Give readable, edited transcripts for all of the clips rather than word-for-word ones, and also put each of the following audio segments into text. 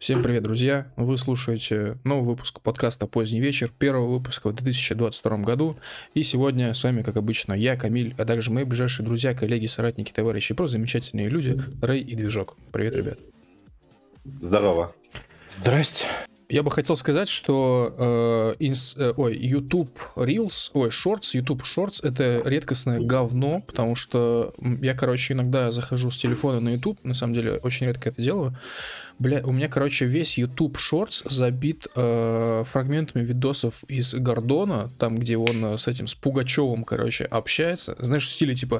Всем привет, друзья! Вы слушаете новый выпуск подкаста «Поздний вечер», первого выпуска в 2022 году. И сегодня с вами, как обычно, я, Камиль, а также мои ближайшие друзья, коллеги, соратники, товарищи и просто замечательные люди, Рэй и Движок. Привет, ребят! Здорово. Здрасте. Я бы хотел сказать, что YouTube Reels, YouTube Shorts — это редкостное говно, потому что я, иногда захожу с телефона на YouTube, на самом деле, очень редко это делаю. У меня, весь YouTube Shorts забит фрагментами видосов из Гордона, там, где он с Пугачевым, общается. Знаешь, в стиле типа,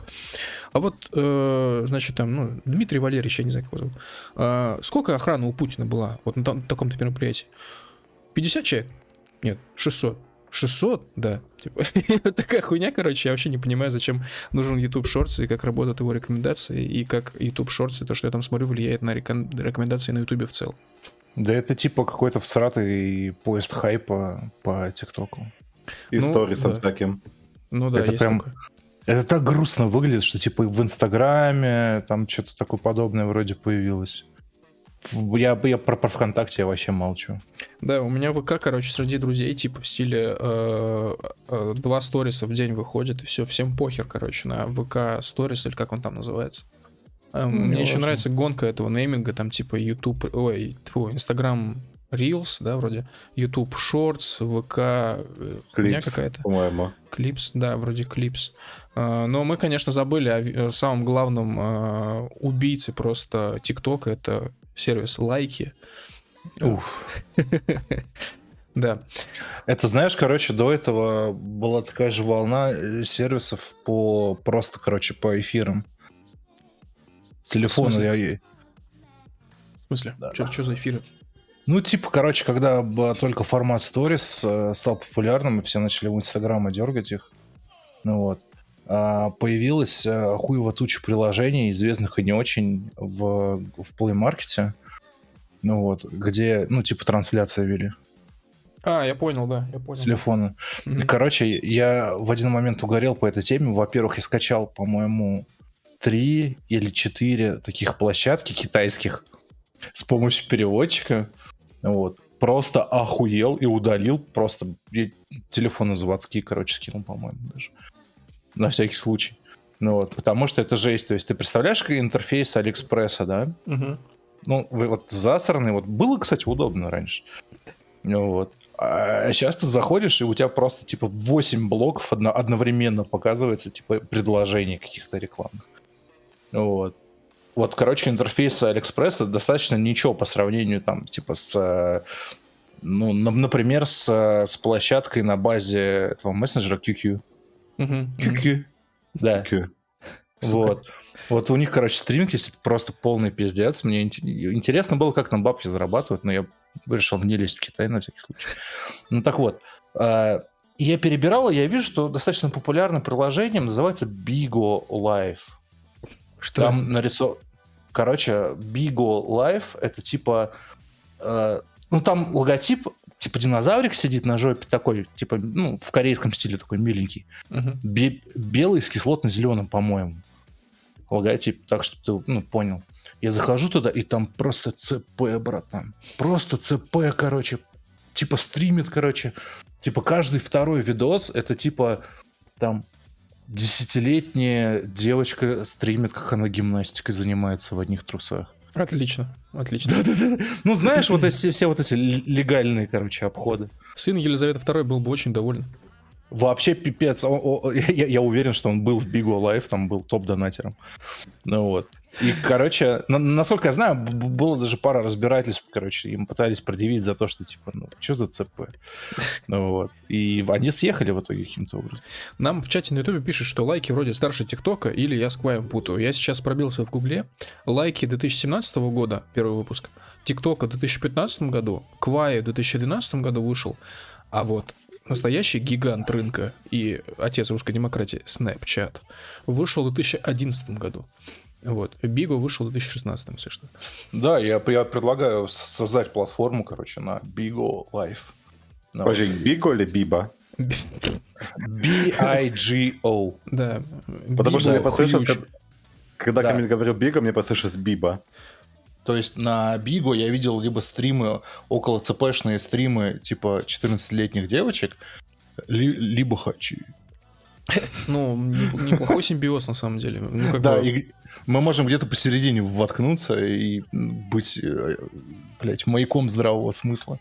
Дмитрий Валерьевич, я не знаю, как его зовут. Сколько охраны у Путина была вот на таком-то мероприятии? 50 человек? Нет, 600. 600? Да. Такая хуйня, я вообще не понимаю, зачем нужен YouTube Shorts и как работают его рекомендации, и как YouTube Shorts и то, что я там смотрю, влияет на рекомендации на YouTube в целом. Да это типа какой-то всратый поезд хайпа по ТикТоку. И сторисом таким. Ну да, это есть прям... такое. Это так грустно выглядит, что типа в Инстаграме там что-то такое подобное вроде появилось. Я про ВКонтакте я вообще молчу. Да, у меня ВК, среди друзей, типа в стиле 2 сториса в день выходит, и все, всем похер, на ВК сторис, или как он там называется. Мне еще нравится гонка этого нейминга, там типа YouTube, Instagram Reels, да, вроде, YouTube Shorts, ВК, хуйня какая-то. По-моему. Клипс, да, вроде Клипс. Но мы, конечно, забыли о самом главном убийце просто ТикТока, это сервис лайки. Да. Это, знаешь, до этого была такая же волна сервисов по эфирам. Телефону. В смысле? Да. Что за эфиры? Ну, типа, когда только формат Stories стал популярным, и все начали в Инстаграма дергать их, появилась хуево туча приложений, известных и не очень, в Play Market, где, трансляция вели. Я понял, да, я понял. С телефона. Mm-hmm. И, я в один момент угорел по этой теме. Во-первых, я скачал, по-моему, 3 или 4 таких площадки китайских с помощью переводчика. Просто охуел и удалил. Просто телефоны заводские, скинул, по-моему, даже. На всякий случай. Потому что это жесть. То есть ты представляешь, как интерфейс Алиэкспресса, да? Угу. Засранный. Было, кстати, удобно раньше. А сейчас ты заходишь, и у тебя просто 8 блоков одновременно показывается, предложений каких-то рекламных. Интерфейс Алиэкспресса достаточно ничего по сравнению например, с площадкой на базе этого мессенджера QQ. QQ. Да. QQ. У них, стриминг есть просто полный пиздец. Мне интересно было, как там бабки зарабатывают, но я решил не лезть в Китай на всякий случай. Я перебирал, и я вижу, что достаточно популярное приложение называется Bigo Live. Что? Там нарисован... Bigo Live — это там логотип, динозаврик сидит на жопе такой, в корейском стиле такой миленький. Uh-huh. Белый с кислотно-зеленым, по-моему. Логотип, так что ты, понял. Я захожу туда, и там просто ЦП, братан. Просто ЦП, стримит, каждый второй видос, это там 10-летняя девочка стримит, как она гимнастикой занимается в одних трусах. Отлично. Да. Знаешь, все эти легальные, обходы. Сын Елизаветы II был бы очень доволен. Вообще пипец. Я уверен, что он был в Bigo Live, там был топ-донатером. И, насколько я знаю, было даже пара разбирательств, им пытались предъявить за то, что, что за ЦП? И они съехали в итоге каким-то образом. Нам в чате на Ютубе пишут, что лайки вроде старше ТикТока, или я с Кваем путаю. Я сейчас пробился в Гугле. Лайки 2017 года, первый выпуск, ТикТока в 2015 году, Квай в 2012 году вышел, а настоящий гигант рынка и отец русской демократии, Snapchat, вышел в 2011 году. Bigo вышел в 2016, если что. Да, я предлагаю создать платформу, на Bigo Live. Подожди, Bigo или Biba? B-I-G-O. Да. Потому что мне послышалось, когда Камиль говорил Bigo, мне послышалось Биба. То есть на Биго я видел либо стримы, около ЦПшные стримы, типа 14-летних девочек, либо хачи. Ну, неплохой симбиоз, на самом деле. Ну, как Да, бы... и мы можем где-то посередине воткнуться и быть, блядь, маяком здравого смысла.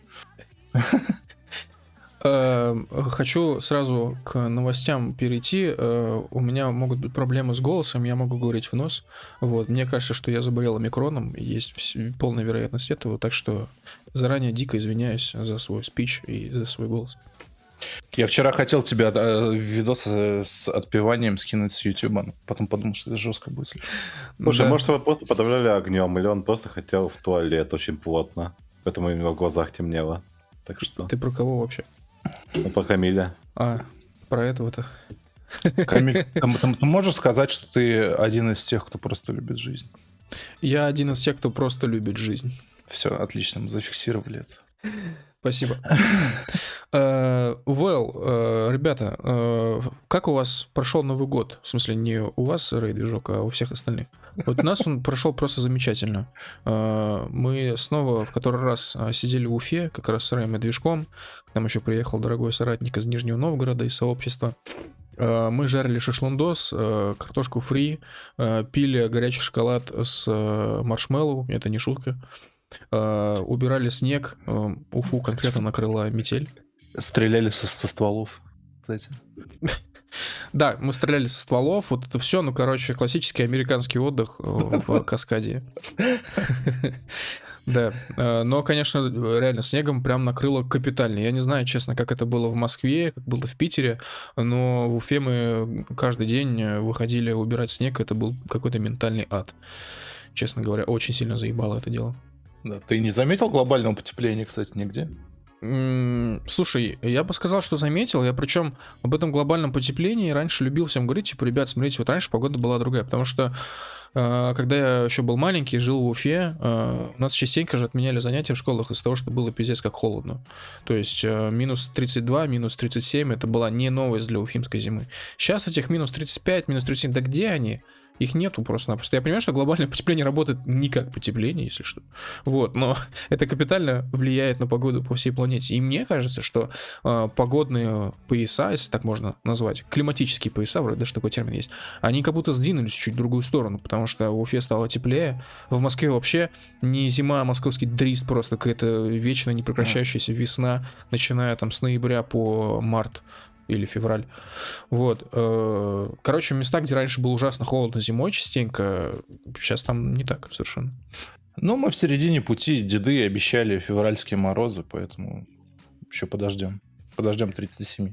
Хочу сразу к новостям перейти. У меня могут быть проблемы с голосом, я могу говорить в нос. Вот. Мне кажется, что я заболел омикроном, есть полная вероятность этого, так что заранее дико извиняюсь за свой спич и за свой голос. Я вчера хотел тебе видос с отпеванием скинуть с YouTube, потом подумал, что это жестко будет слишком. Слушай, Да. может, его просто подавляли огнем, или он просто хотел в туалет очень плотно, поэтому у него в глазах темнело. Так что... Ты про кого вообще? Ну, по Камиле. Про этого-то. Камиль, ты можешь сказать, что ты один из тех, кто просто любит жизнь? Я один из тех, кто просто любит жизнь. Все, отлично, мы зафиксировали это. Спасибо. Ребята, как у вас прошел Новый год? В смысле, не у вас, Рэй-движок, а у всех остальных. Вот у нас он прошел просто замечательно. Мы снова в который раз сидели в Уфе, как раз с Рэем и Движком. К нам еще приехал дорогой соратник из Нижнего Новгорода, из сообщества. Мы жарили шашлындос, картошку фри, пили горячий шоколад с маршмеллоу, это не шутка. Убирали снег, Уфу конкретно накрыла метель. Стреляли со стволов, кстати. Да, мы стреляли со стволов, вот это все, ну, короче, классический американский отдых в Каскаде. Да, но, конечно, реально снегом прям накрыло капитально. Я не знаю, честно, как это было в Москве, как было в Питере, но в Уфе мы каждый день выходили убирать снег, это был какой-то ментальный ад. Честно говоря, очень сильно заебало это дело. Да, ты не заметил глобального потепления, кстати, нигде? Слушай, я бы сказал, что заметил. Я причем об этом глобальном потеплении раньше любил всем говорить, типа, ребят, смотрите, вот раньше погода была другая, потому что когда я еще был маленький, жил в Уфе, у нас частенько же отменяли занятия в школах из-за того, что было пиздец как холодно. То есть минус 32, минус 37, это была не новость для уфимской зимы. Сейчас этих минус 35, минус 37, да где они? Их нету просто-напросто. Я понимаю, что глобальное потепление работает не как потепление, если что. Вот, но это капитально влияет на погоду по всей планете. И мне кажется, что погодные пояса, если так можно назвать, климатические пояса, вроде даже такой термин есть, они как будто сдвинулись чуть в другую сторону, потому что в Уфе стало теплее. В Москве вообще не зима, а московский дрист, просто какая-то вечно непрекращающаяся весна, начиная там с ноября по март. Или февраль. Вот. Короче, места, где раньше было ужасно холодно зимой частенько, сейчас там не так совершенно. Ну, мы в середине пути, деды обещали февральские морозы, поэтому еще подождем. Подождем 37.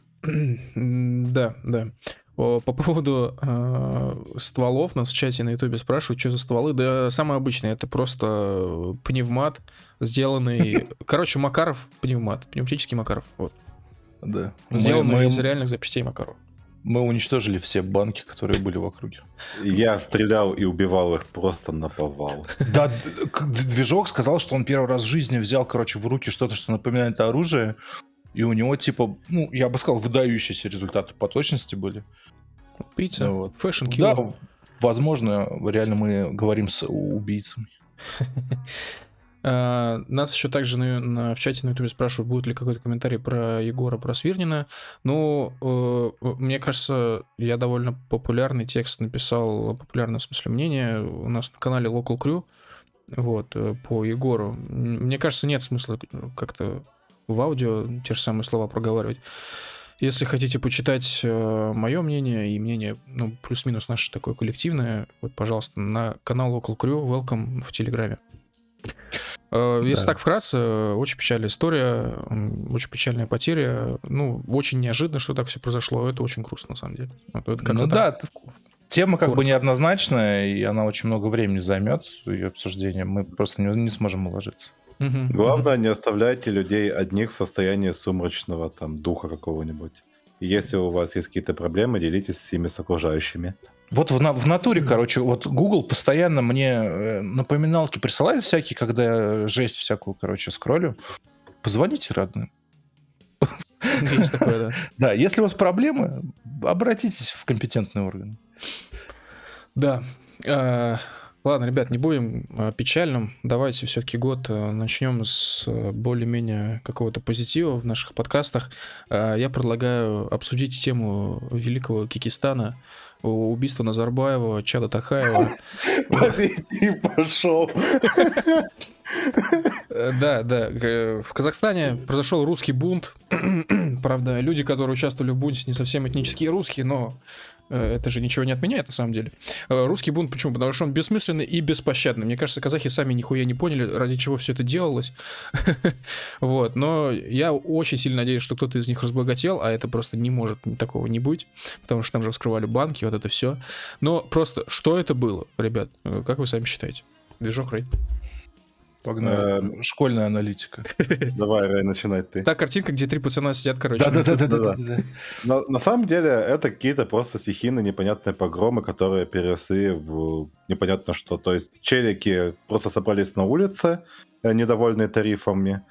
Да. По поводу стволов, нас в чате на ютубе спрашивают, что за стволы. Да самое обычное, это просто пневмат, сделанный... Короче, Макаров пневмат, пневматический Макаров. Вот. Да. Сделанный из реальных запчастей Макарова. Мы уничтожили все банки, которые были в округе. Я стрелял и убивал их просто наповал. Да, движок сказал, что он первый раз в жизни взял, короче, в руки что-то, что напоминает оружие, и у него, типа, ну, я бы сказал, выдающиеся результаты по точности были. Убийца, ну, вот. фэшн-киллер. Да, возможно, реально мы говорим с убийцами. Нас еще также в чате на ютубе спрашивают, будет ли какой-то комментарий про Егора, про Свирнина. Ну, мне кажется, я довольно популярный текст написал, популярное в смысле мнение, у нас на канале Local Crew, вот, по Егору. Мне кажется, нет смысла как-то в аудио те же самые слова проговаривать. Если хотите почитать мое мнение и мнение, ну, плюс-минус наше такое коллективное, вот, пожалуйста, на канал Local Crew, welcome в Телеграме. Если так вкратце, очень печальная история, очень печальная потеря. Ну, очень неожиданно, что так все произошло. Это очень грустно, на самом деле. Вот, ну да, тема как бы неоднозначная, и она очень много времени займет, ее обсуждение. Мы просто не сможем уложиться. Главное, не оставляйте людей одних в состоянии сумрачного там духа какого-нибудь. И если у вас есть какие-то проблемы, делитесь с ними с окружающими. Вот в натуре, короче, вот Google постоянно мне напоминалки присылает всякие, когда я жесть всякую, короче, скроллю. Позвоните родным. Есть такое, да. Да, если у вас проблемы, обратитесь в компетентные органы. Да. Ладно, ребят, не будем печальным. Давайте все-таки год начнем с более-менее какого-то позитива в наших подкастах. Я предлагаю обсудить тему великого Кикистана, убийства Назарбаева, Чада Тахаева. Позитив пошел. Да, в Казахстане произошел русский бунт. Правда, люди, которые участвовали в бунте, не совсем этнические русские, но это же ничего не отменяет, на самом деле. Русский бунт почему? Потому что он бессмысленный и беспощадный. Мне кажется, казахи сами нихуя не поняли, ради чего все это делалось. Вот. Но я очень сильно надеюсь, что кто-то из них разбогател, а это просто не может такого не быть, потому что там же вскрывали банки, вот это все. Но просто, что это было, ребят? Как вы сами считаете? Движок, Рэй? Погнали. Школьная аналитика. Давай, Рэй, начинай ты. Та картинка, где 3 пацана сидят, короче. Да. На самом деле, это какие-то просто стихийные непонятные погромы, которые переросли в непонятно что. То есть челики просто собрались на улице, недовольные тарифами,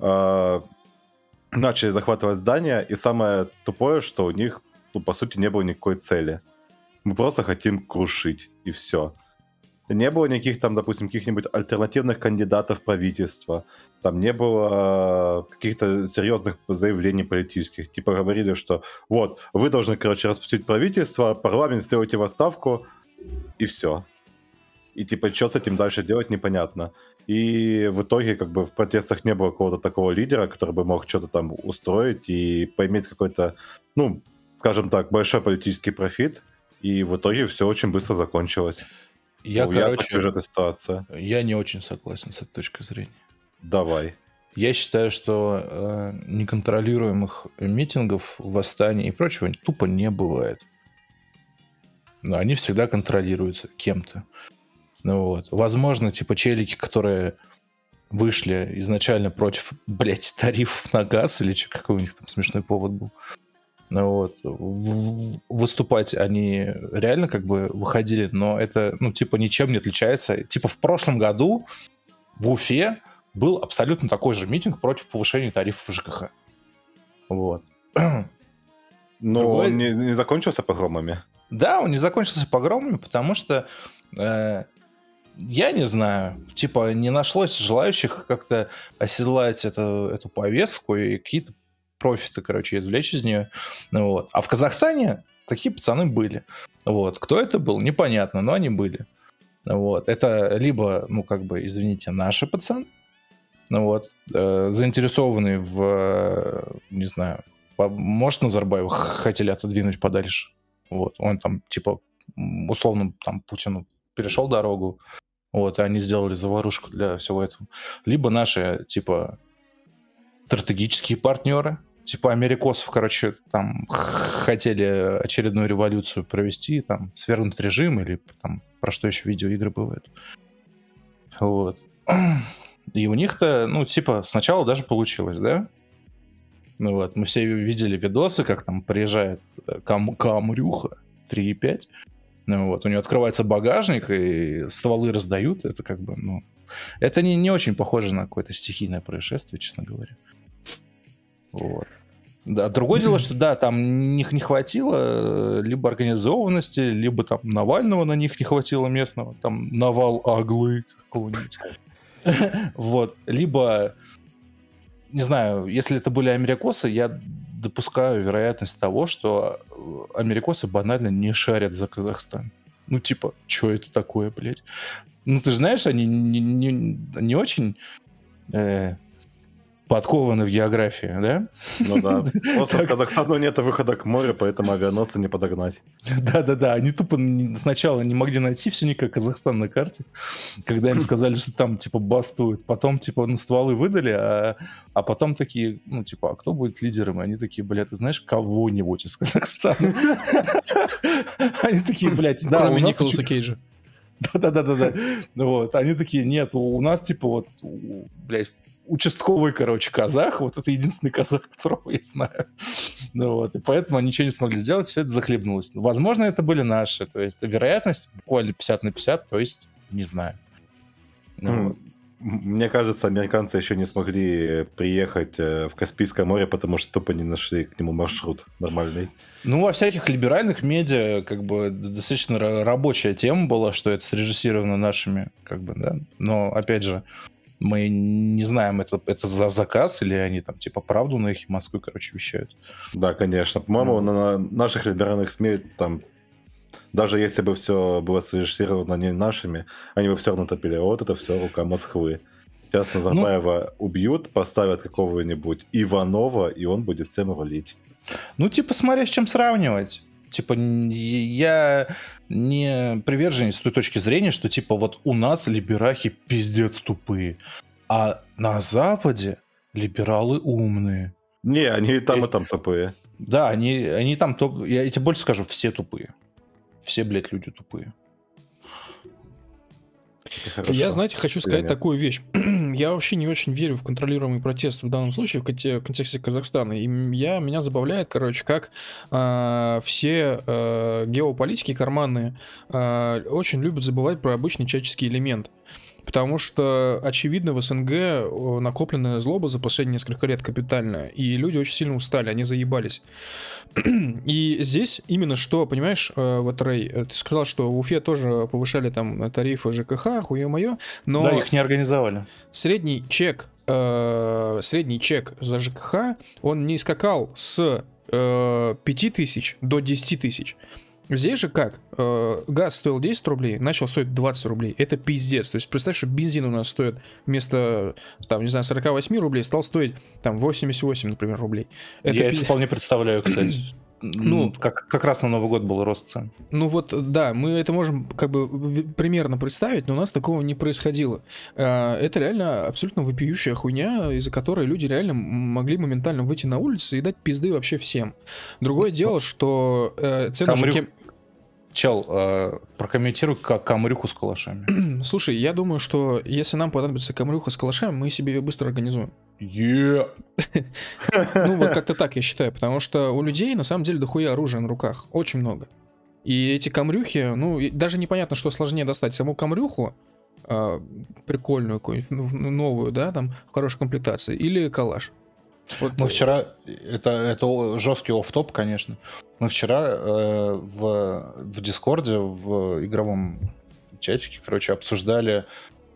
начали захватывать здания, и самое тупое, что у них, по сути, не было никакой цели. Мы просто хотим крушить, и все. Не было никаких там, допустим, каких-нибудь альтернативных кандидатов в правительство. Там не было каких-то серьезных заявлений политических. Типа говорили, что вот, вы должны, короче, распустить правительство, парламент сделайте в отставку, и все. И типа, что с этим дальше делать, непонятно. И в итоге, как бы, в протестах не было какого-то такого лидера, который бы мог что-то там устроить и поиметь какой-то, ну, скажем так, большой политический профит. И в итоге все очень быстро закончилось. Я так вижу эту ситуацию. Я не очень согласен с этой точки зрения. Давай. Я считаю, что неконтролируемых митингов, восстаний и прочего тупо не бывает. Но они всегда контролируются кем-то. Ну, вот. Возможно, типа челики, которые вышли изначально против, блядь, тарифов на газ или какой у них там смешной повод был. Ну, вот. Выступать они реально как бы выходили, но это, ну, типа, ничем не отличается. Типа, в прошлом году в Уфе был абсолютно такой же митинг против повышения тарифов ЖКХ. Вот. Но он не закончился погромами? Да, он не закончился погромами, потому что, я не знаю, типа, не нашлось желающих как-то оседлать эту повестку и какие-то профиты, короче, извлечь из нее. Вот. А в Казахстане такие пацаны были. Вот. Кто это был, непонятно, но они были. Вот. Это либо, ну, как бы, извините, наши пацаны, ну, вот, заинтересованные в, не знаю, может, Назарбаева хотели отодвинуть подальше. Вот. Он там, типа, условно, там, Путину перешел дорогу, вот, и они сделали заварушку для всего этого. Либо наши, типа, стратегические партнеры, типа америкосов, короче, там хотели очередную революцию провести, там, свергнуть режим, или там, про что еще видеоигры бывают. Вот. И у них-то, ну, типа, сначала даже получилось, да? Ну вот, мы все видели видосы, как там приезжает Камрюха 3.5, ну вот, у него открывается багажник, и стволы раздают, это как бы, ну... Это не очень похоже на какое-то стихийное происшествие, честно говоря. Вот. Да, другое дело, что да, там них не хватило либо организованности, либо там Навального на них не хватило местного, там навал Аглы какого-нибудь. Вот. Либо, не знаю, если это были америкосы, я допускаю вероятность того, что америкосы банально не шарят за Казахстан. Ну, типа, что это такое, блядь? Ну, ты же знаешь, они не очень... подкованы в географии, да? Ну да. Просто в Казахстану нет выхода к морю, поэтому авианосцы не подогнать. Да-да-да, они тупо сначала не могли найти все никак Казахстан на карте, когда им сказали, что там, типа, бастуют. Потом, типа, ну, стволы выдали, а потом такие, ну, типа, а кто будет лидером? И они такие, блядь, ты знаешь кого-нибудь из Казахстана? Они такие, блядь, да, кроме Николаса Кейджа. Да-да-да-да. Вот, они такие, нет, у нас, типа, вот, блядь, участковый, короче, казах. Вот это единственный казах, которого я знаю. Ну вот, и поэтому они ничего не смогли сделать, все это захлебнулось. Возможно, это были наши. То есть вероятность буквально 50/50, то есть не знаю. Ну, вот. Мне кажется, американцы еще не смогли приехать в Каспийское море, потому что тупо не нашли к нему маршрут нормальный. Ну, во всяких либеральных медиа, как бы, достаточно рабочая тема была, что это срежиссировано нашими, как бы, да. Но, опять же, мы не знаем, это за заказ, или они там, типа, правду на «Эхе Москвы», короче, вещают. Да, конечно. По-моему, на наших либеральных СМИ там, даже если бы все было срежиссировано не нашими, они бы все равно топили. Вот это все рука Москвы. Сейчас Назарбаева убьют, поставят какого-нибудь Иванова, и он будет всем рулить. Ну, типа, смотря с чем сравнивать. Типа, я не приверженец с той точки зрения, что, типа, вот у нас либерахи пиздец тупые, а на Западе либералы умные. Не, они и там тупые. Да, они там я тебе больше скажу, все тупые. Все, блядь, люди тупые. Я, знаете, хочу сказать такую вещь. Я вообще не очень верю в контролируемый протест в данном случае в контексте Казахстана. И меня забавляет, короче, как все геополитики карманные очень любят забывать про обычный человеческий элемент. Потому что, очевидно, в СНГ накопленная злоба за последние несколько лет капитальная, и люди очень сильно устали, они заебались. И здесь именно что, понимаешь, вот, Рэй, ты сказал, что в Уфе тоже повышали там тарифы ЖКХ, хуё-моё, но... Да, их не организовали. Средний чек за ЖКХ, он не скакал с 5000 до 10 тысяч. Здесь же как? Газ стоил 10 рублей, начал стоить 20 рублей. Это пиздец. То есть представь, что бензин у нас стоит вместо, там, не знаю, 48 рублей, стал стоить там 88, например, рублей. Я это вполне представляю, кстати. Ну, как раз на Новый год был рост цен. Ну вот, да, мы это можем как бы примерно представить, но у нас такого не происходило. Это реально абсолютно вопиющая хуйня, из-за которой люди реально могли моментально выйти на улицу и дать пизды вообще всем. Другое дело, что цены же... Чел, прокомментируй камрюху с калашами. Слушай, я думаю, что если нам понадобится камрюха с калашами, мы себе ее быстро организуем. Ну вот как-то так я считаю, потому что у людей на самом деле дохуя оружия на руках, очень много. И эти камрюхи, ну, даже непонятно, что сложнее достать. Саму камрюху, прикольную какую-нибудь, новую, да, там, в хорошей комплектации, или калаш. Вот. Мы вчера, это жесткий офф-топ, конечно, мы вчера в Дискорде, в игровом чатике, короче, читали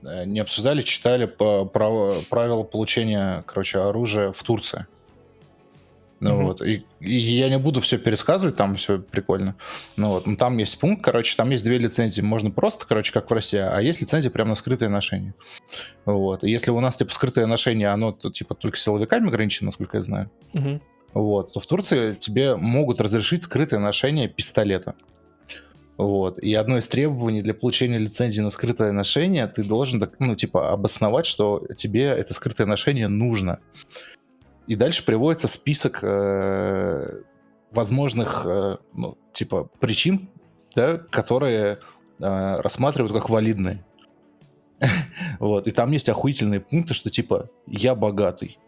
правила получения, короче, оружия в Турции. Ну вот, и я не буду все пересказывать, там все прикольно. Ну вот, но там есть пункт, короче, там есть 2 лицензии. Можно просто, короче, как в России, а есть лицензия прямо на скрытое ношение. Вот, и если у нас, типа, скрытое ношение, оно, типа, только силовиками ограничено, насколько я знаю, вот, то в Турции тебе могут разрешить скрытое ношение пистолета. Вот, и одно из требований для получения лицензии на скрытое ношение, ты должен, ну, типа, обосновать, что тебе это скрытое ношение нужно. И дальше приводится список возможных, ну, типа, причин, да, которые рассматривают как валидные. Вот. И там есть охуительные пункты, что типа «я богатый».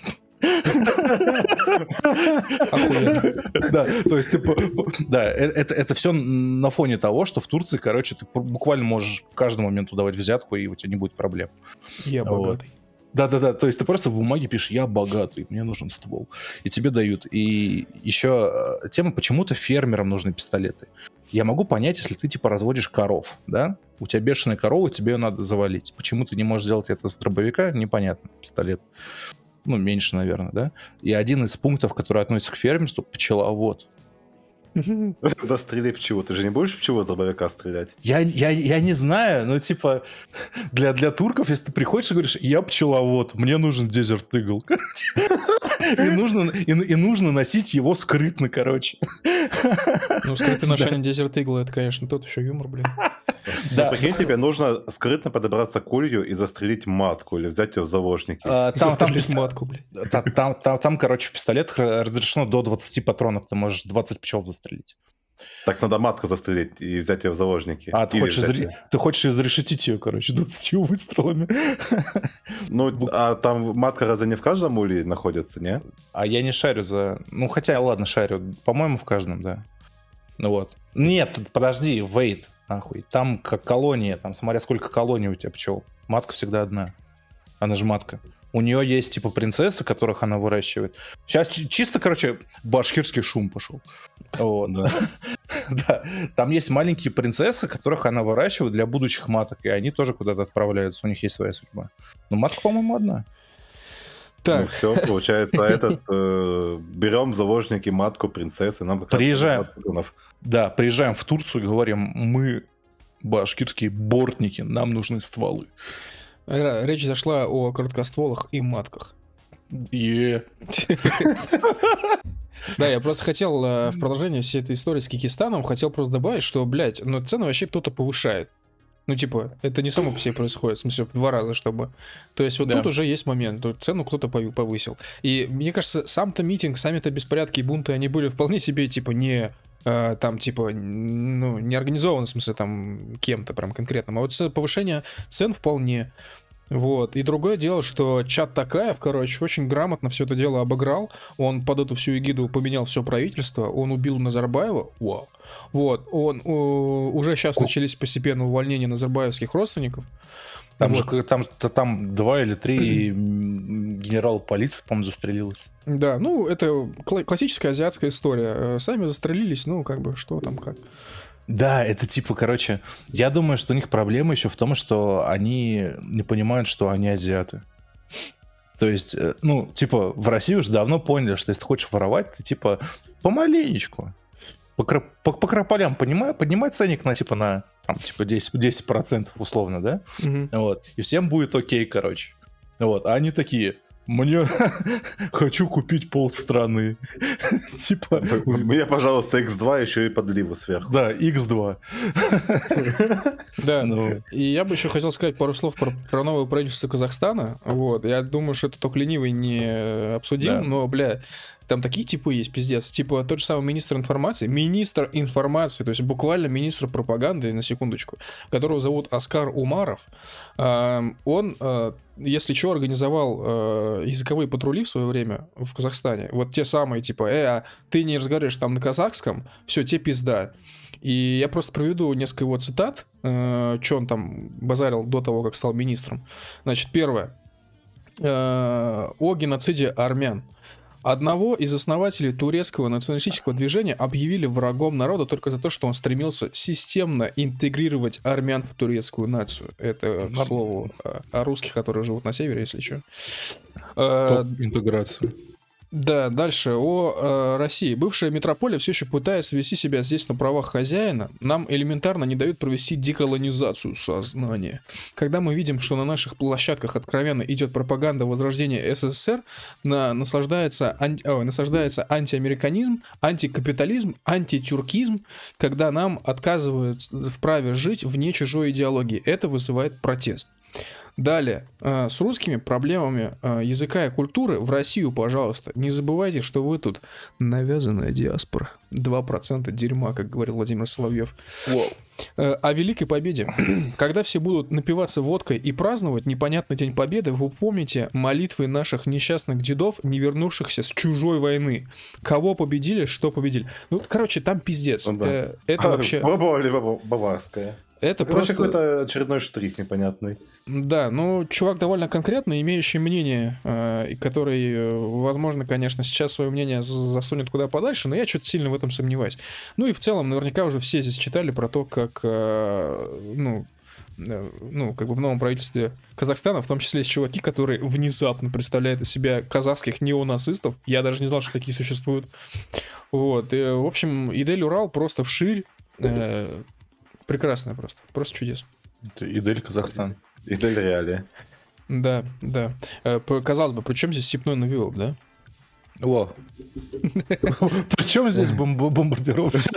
Да, то есть, типа, да, это все на фоне того, что в Турции, короче, ты буквально можешь в каждый момент давать взятку, и у тебя не будет проблем. Я богатый. Да-да-да, то есть ты просто в бумаге пишешь «я богатый, мне нужен ствол», и тебе дают. И еще тема, почему-то фермерам нужны пистолеты. Я могу понять, если ты, типа, разводишь коров, да? У тебя бешеная корова, тебе ее надо завалить. Почему ты не можешь сделать это с дробовика, непонятно, пистолет. Ну, меньше, наверное, да? И один из пунктов, который относится к фермерству, пчеловод. Застрели пчелу. Ты же не будешь пчелу с дробовика стрелять? Я не знаю, но типа для турков, если ты приходишь и говоришь, я пчеловод, мне нужен Desert Eagle. И нужно носить его скрытно, короче. Ну, скрытое ношение Desert Eagle, это, конечно, тот еще юмор, блин. Да. Прикинь, тебе нужно скрытно подобраться к улью и застрелить матку или взять ее в заложники. Застрелить матку, блин. Там, короче, в пистолет разрешено до 20 патронов, ты можешь 20 пчел застрелить. Так надо матку застрелить и взять ее в заложники. А, ты хочешь изрешетить ее, короче, 20 выстрелами. Ну, а там матка разве не в каждом улье находится, не? А я не шарю за... Ну, хотя, ладно, шарю. По-моему, в каждом, да. Ну вот. Нет, подожди, wait, нахуй. Там как колония, там смотря сколько колоний у тебя пчел. Матка всегда одна. Она же матка. У нее есть, типа, принцессы, которых она выращивает. Сейчас чисто, короче, башкирский шум пошел. Вот. Да. Там есть маленькие принцессы, которых она выращивает для будущих маток, и они тоже куда-то отправляются. У них есть своя судьба. Но матка, по-моему, одна. Так. Ну все, получается, берем в заложники матку принцессы. Нам приезжаем. Да, приезжаем в Турцию и говорим, мы башкирские бортники, нам нужны стволы. Речь зашла о короткостволах и матках. Да, я просто хотел в продолжение всей этой истории с Киргизстаном, хотел просто добавить, что, блядь, ну цены вообще кто-то повышает. Ну, типа, это не само по себе происходит, в смысле, в 2 раза, чтобы... То есть вот тут уже есть момент, тут цену кто-то повысил. И мне кажется, сам-то митинг, сами-то беспорядки и бунты, они были вполне себе, типа, не... там, типа, ну, не организовано, в смысле, там, кем-то прям конкретным, а вот повышение цен вполне. Вот. И другое дело, что чат Токаев, короче, очень грамотно все это дело обыграл. Он под эту всю эгиду поменял все правительство. Он убил Назарбаева. Вау. Вот. Уже сейчас начались постепенно увольнения назарбаевских родственников. Там вот. же там 2 или 3 генерала полиции, по-моему, застрелилось. Да, ну, это классическая азиатская история. Сами застрелились, ну, как бы, что там, как. Да, это типа, короче, я думаю, что у них проблема еще в том, что они не понимают, что они азиаты. То есть, ну, типа, в России уже давно поняли, что если ты хочешь воровать, ты, типа, помаленечку, по крополям поднимай ценник на, типа, на, там, типа, 10% условно, да? Вот. И всем будет окей, короче. Вот. А они такие... Мне хочу купить полстраны. Типа... Мне, пожалуйста, X2 еще и подливу сверху. Да, X2. Да, и я бы еще хотел сказать пару слов про новое правительство Казахстана. Вот, я думаю, что это только ленивый не обсудил, но, бля, там такие типы есть, пиздец. Типа тот же самый министр информации, то есть буквально министр пропаганды, на секундочку, которого зовут Оскар Умаров. Он, если что, организовал языковые патрули в свое время в Казахстане. Вот те самые, типа, ты не разговариваешь там на казахском, все, тебе пизда. И я просто приведу несколько его цитат, что он там базарил до того, как стал министром. Значит, первое. О геноциде армян. Одного из основателей турецкого националистического движения объявили врагом народа только за то, что он стремился системно интегрировать армян в турецкую нацию. Это, к слову, о русских, которые живут на севере, если что. Интеграция. Да, дальше о России. Бывшая метрополия все еще пытается вести себя здесь на правах хозяина. Нам элементарно не дают провести деколонизацию сознания. Когда мы видим, что на наших площадках откровенно идет пропаганда возрождения СССР, насаждается антиамериканизм, антикапитализм, антитюркизм, когда нам отказывают в праве жить вне чужой идеологии. Это вызывает протест. Далее, с русскими проблемами языка и культуры в Россию, пожалуйста, не забывайте, что вы тут навязанная диаспора. 2% дерьма, как говорил Владимир Соловьев. О Великой Победе. Когда все будут напиваться водкой и праздновать непонятный День Победы, вы помните молитвы наших несчастных дедов, не вернувшихся с чужой войны. Кого победили, что победили. Ну, короче, там пиздец. Это вообще... Баварская. Это просто... какой-то очередной штрих непонятный. Да, ну, чувак довольно конкретно, имеющий мнение, который, возможно, конечно, сейчас свое мнение засунет куда подальше, но я что-то сильно в этом сомневаюсь. Ну и в целом, наверняка уже все здесь читали про то, как, как бы в новом правительстве Казахстана, в том числе есть чуваки, которые внезапно представляют из себя казахских неонацистов. Я даже не знал, что такие существуют. Вот, и, в общем, Идель Урал просто вширь. Прекрасная просто чудесно. Это Идель Казахстан. Идель Реалия. Да. Казалось бы, при чем здесь степной навиоп, да? О. Причем здесь бомбардировщик?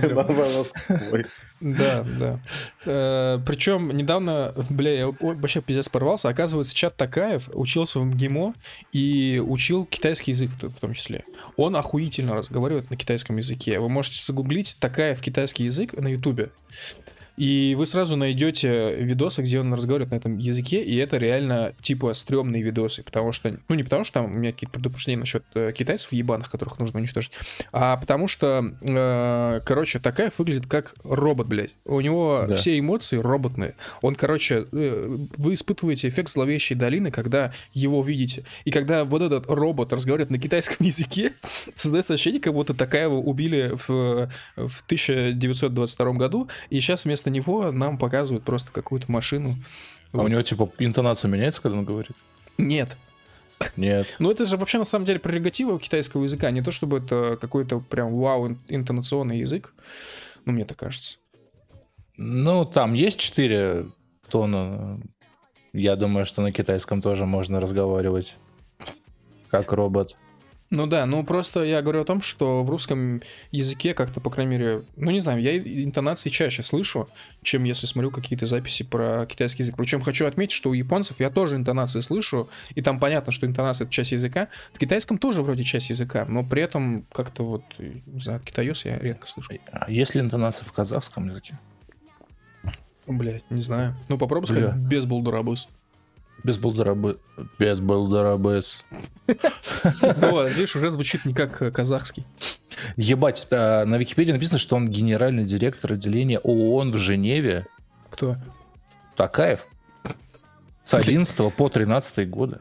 Да. Причем недавно, я вообще пиздец порвался. Оказывается, чат Токаев учился в МГИМО и учил китайский язык в том числе. Он охуительно разговаривает на китайском языке. Вы можете загуглить Токаев китайский язык на Ютубе. И вы сразу найдете видосы, где он разговаривает на этом языке, и это реально типа стрёмные видосы, потому что, ну не потому что там у меня какие-то предупреждения насчет китайцев ебаных, которых нужно уничтожить, а потому что, короче, Такаев выглядит как робот, блядь. У него все эмоции роботные. Он, короче, вы испытываете эффект зловещей долины, когда его видите. И когда вот этот робот разговаривает на китайском языке, создается ощущение, как будто Такаева убили в 1922 году, и сейчас вместо него нам показывают просто какую-то машину. А вот. У него, типа, интонация меняется, когда он говорит? Нет. Нет. Ну, это же вообще, на самом деле, прерогатива китайского языка. Не то, чтобы это какой-то прям вау интонационный язык. Ну, мне так кажется. Ну, там есть 4 тона. Я думаю, что на китайском тоже можно разговаривать как робот. Ну да, ну просто я говорю о том, что в русском языке как-то, по крайней мере, ну не знаю, я интонации чаще слышу, чем если смотрю какие-то записи про китайский язык. Причем хочу отметить, что у японцев я тоже интонации слышу, и там понятно, что интонация — это часть языка. В китайском тоже вроде часть языка, но при этом как-то вот, не знаю, китаёс я редко слышу. А есть ли интонация в казахском языке? Блять, не знаю. Ну попробуй сказать без булдурабыс. Без булдурабыс. Вот, видишь, уже звучит не как казахский. Ебать, на Википедии написано, что он генеральный директор отделения ООН в Женеве. Кто? Такаев. С 11 по 13 годы.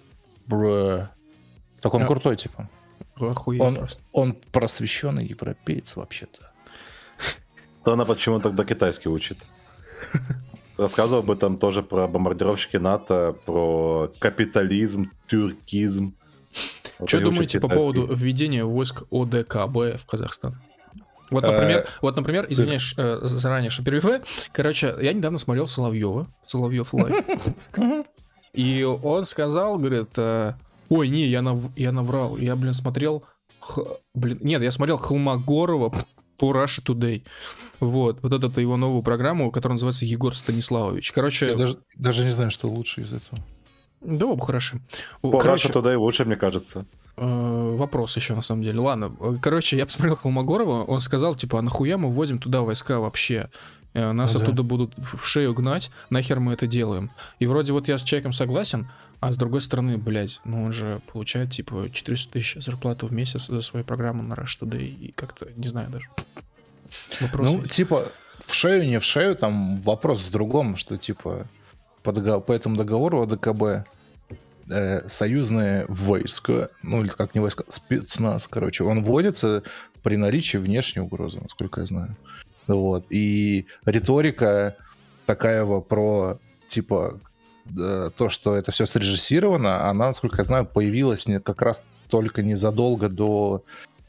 Так он крутой, типа. Он просвещенный европеец вообще-то. То она почему тогда китайский учит? Рассказывал об этом тоже про бомбардировщики НАТО, про капитализм, тюркизм. Что думаете по поводу введения войск ОДКБ в Казахстан? Вот, например, извиняюсь заранее, что перебиваю. Короче, я недавно смотрел Соловьев лайв. И он сказал, говорит, ой, не, я наврал. Я, смотрел... я смотрел Холмогорова по Russia Today. Вот эту его новую программу, которая называется Егор Станиславович. Короче... Я даже не знаю, что лучше из этого. Да, оба хороши. По Russia Today лучше, мне кажется. Вопрос еще, на самом деле. Ладно. Короче, я посмотрел Холмогорова, он сказал, типа, а нахуя мы вводим туда войска вообще? Нас оттуда будут в шею гнать, нахер мы это делаем? И вроде вот я с человеком согласен, а с другой стороны, блядь, ну он же получает, типа, 400 тысяч зарплату в месяц за свою программу на Russia Today, и как-то, не знаю даже. Вопрос есть. Типа, в шею, не в шею, там вопрос в другом, что, типа, по этому договору ОДКБ союзные войска, ну или как не войска, спецназ, короче, он вводится при наличии внешней угрозы, насколько я знаю. Вот. И риторика Такаева про, типа, то, что это все срежиссировано, она, насколько я знаю, появилась как раз только незадолго до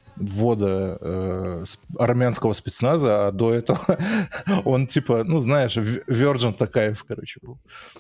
ввода армянского спецназа, а до этого он, типа, ну, знаешь, Virgin Такаев, короче, был.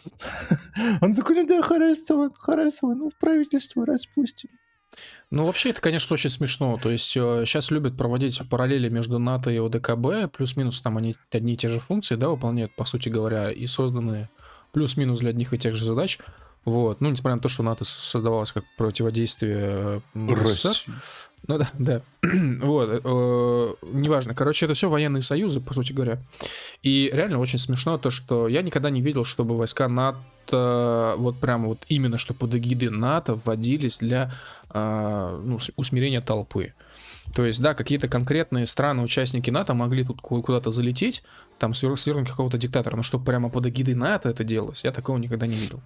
Он такой, да, хорошо, ну, правительство распустим. Ну, вообще, это, конечно, очень смешно. То есть, сейчас любят проводить параллели между НАТО и ОДКБ, плюс-минус там они одни и те же функции, да, выполняют, по сути говоря, и созданы плюс-минус для одних и тех же задач. Вот. Ну, несмотря на то, что НАТО создавалось как противодействие СССР. Ну да. Вот. Неважно. Короче, это все военные союзы, по сути говоря. И реально очень смешно то, что я никогда не видел, чтобы войска НАТО, вот прямо вот именно что под эгидой НАТО вводились для усмирения толпы. То есть, да, какие-то конкретные страны, участники НАТО могли тут куда-то залететь, там свергнуть какого-то диктатора, но чтобы прямо под эгидой НАТО это делалось, я такого никогда не видел.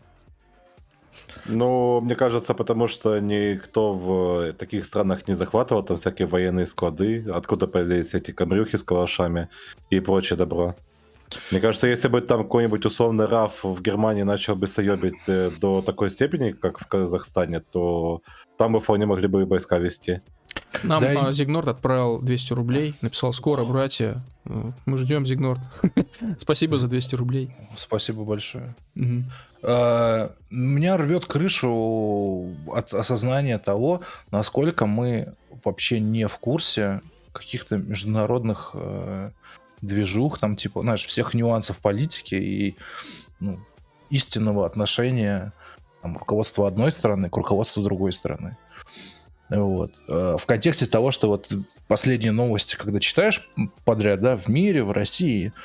Ну, мне кажется, потому что никто в таких странах не захватывал там всякие военные склады, откуда появились эти камрюхи с калашами и прочее добро. Мне кажется, если бы там какой-нибудь условный РАФ в Германии начал бы соебить до такой степени, как в Казахстане, то там бы вполне могли бы и войска вести. Нам Зигнорд отправил 200 рублей, написал: скоро, братья, мы ждем, Зигнорд. Спасибо за 200 рублей. Спасибо большое. Меня рвет крышу от осознания того, насколько мы вообще не в курсе каких-то международных движух, там, типа, знаешь, всех нюансов политики и истинного отношения там, руководства одной страны к руководству другой страны. Вот. В контексте того, что вот последние новости, когда читаешь подряд, да, в мире, в России,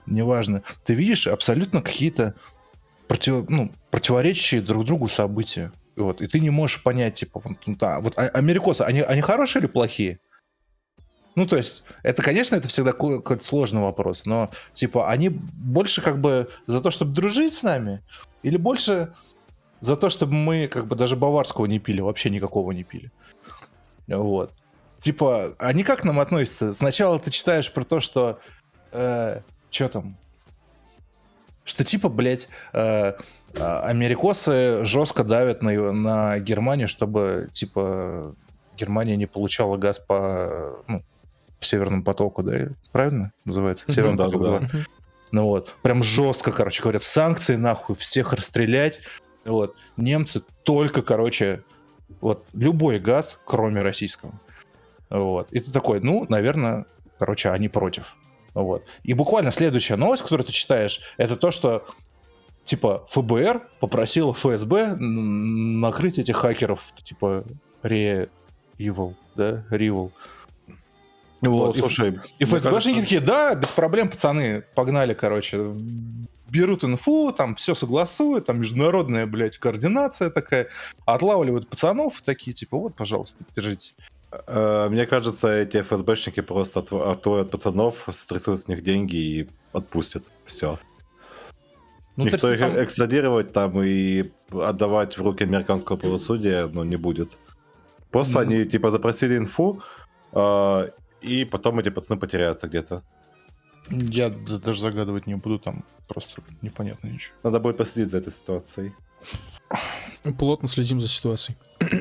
неважно. Ты видишь абсолютно какие-то противоречащие друг другу события. Вот, и ты не можешь понять, типа, америкосы, они хорошие или плохие? Ну, то есть, это, конечно, это всегда какой-то сложный вопрос, но, типа, они больше как бы за то, чтобы дружить с нами, или больше за то, чтобы мы как бы даже баварского не пили, вообще никакого не пили. Вот. Типа, они как к нам относятся? Сначала ты читаешь про то, что... что там? Что типа, блядь, америкосы жестко давят на Германию, чтобы, типа, Германия не получала газ по Северному потоку, да? Правильно называется? Северный поток 2. Ну вот. Прям жестко, короче, говорят, санкции нахуй, всех расстрелять. Вот. Немцы только, короче, вот любой газ, кроме российского. Вот. И ты такой, наверное, короче, они против. Вот. И буквально следующая новость, которую ты читаешь, это то, что типа ФБР попросило ФСБ накрыть этих хакеров, типа Revil, да? Revil. Вот. Слушай, и ФСБшники такие, да, без проблем, пацаны, погнали, короче. Берут инфу, там все согласуют, там международная, блядь, координация такая. Отлавливают пацанов, такие, типа, вот, пожалуйста, держите. Мне кажется, эти ФСБшники просто отводят пацанов, стрясут с них деньги и отпустят. Все. Никто их экстрадировать там и отдавать в руки американского правосудия, не будет. Просто они, типа, запросили инфу, и потом эти пацаны потеряются где-то. Я даже загадывать не буду, там просто непонятно ничего. Надо будет последить за этой ситуацией. Плотно следим за ситуацией.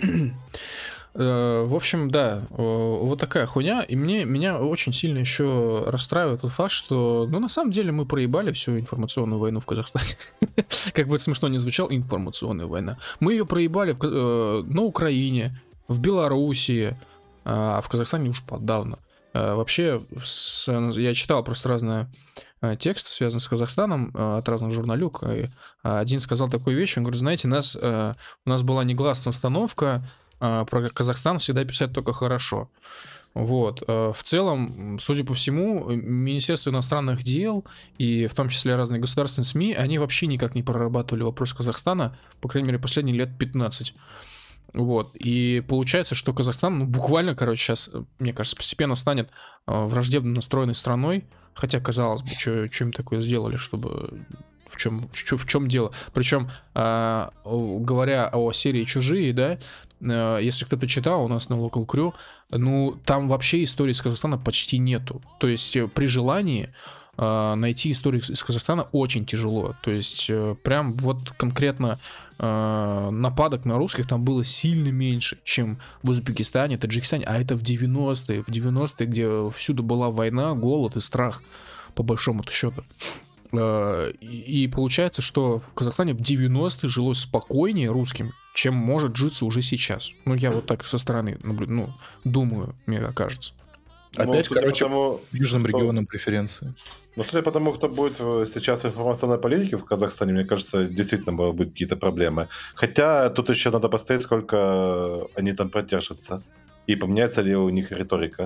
В общем, да, вот такая хуйня. И меня очень сильно еще расстраивает тот факт, что, на самом деле мы проебали всю информационную войну в Казахстане. Как бы это смешно не звучало, информационная война. Мы ее проебали на Украине, в Белоруссии, а в Казахстане уж подавно. Вообще, я читал просто разные тексты, связанные с Казахстаном, от разных журналюк. И один сказал такую вещь, он говорит, знаете, у нас была негласная установка, про Казахстан всегда писать только хорошо. Вот. В целом, судя по всему, Министерство иностранных дел и в том числе разные государственные СМИ, они вообще никак не прорабатывали вопрос Казахстана, по крайней мере, последние лет 15. Вот. И получается, что Казахстан, буквально, сейчас, мне кажется, постепенно станет враждебно настроенной страной, хотя, казалось бы, что им такое сделали, чтобы... В чем дело? Причем, говоря о серии «Чужие», да, если кто-то читал у нас на Local Crew, там вообще истории из Казахстана почти нету. То есть при желании найти историю из Казахстана очень тяжело. То есть прям вот конкретно нападок на русских там было сильно меньше, чем в Узбекистане, Таджикистане, а это в 90-е, где всюду была война, голод и страх, по большому счету. И получается, что в Казахстане в 90-е жилось спокойнее русским, чем может житься уже сейчас. Я вот так со стороны думаю, мне кажется. Опять, южным регионам преференции. Судя по тому, кто будет сейчас в информационной политике в Казахстане, мне кажется, действительно могут быть какие-то проблемы. Хотя тут еще надо посмотреть, сколько они там продержатся. И поменяется ли у них риторика.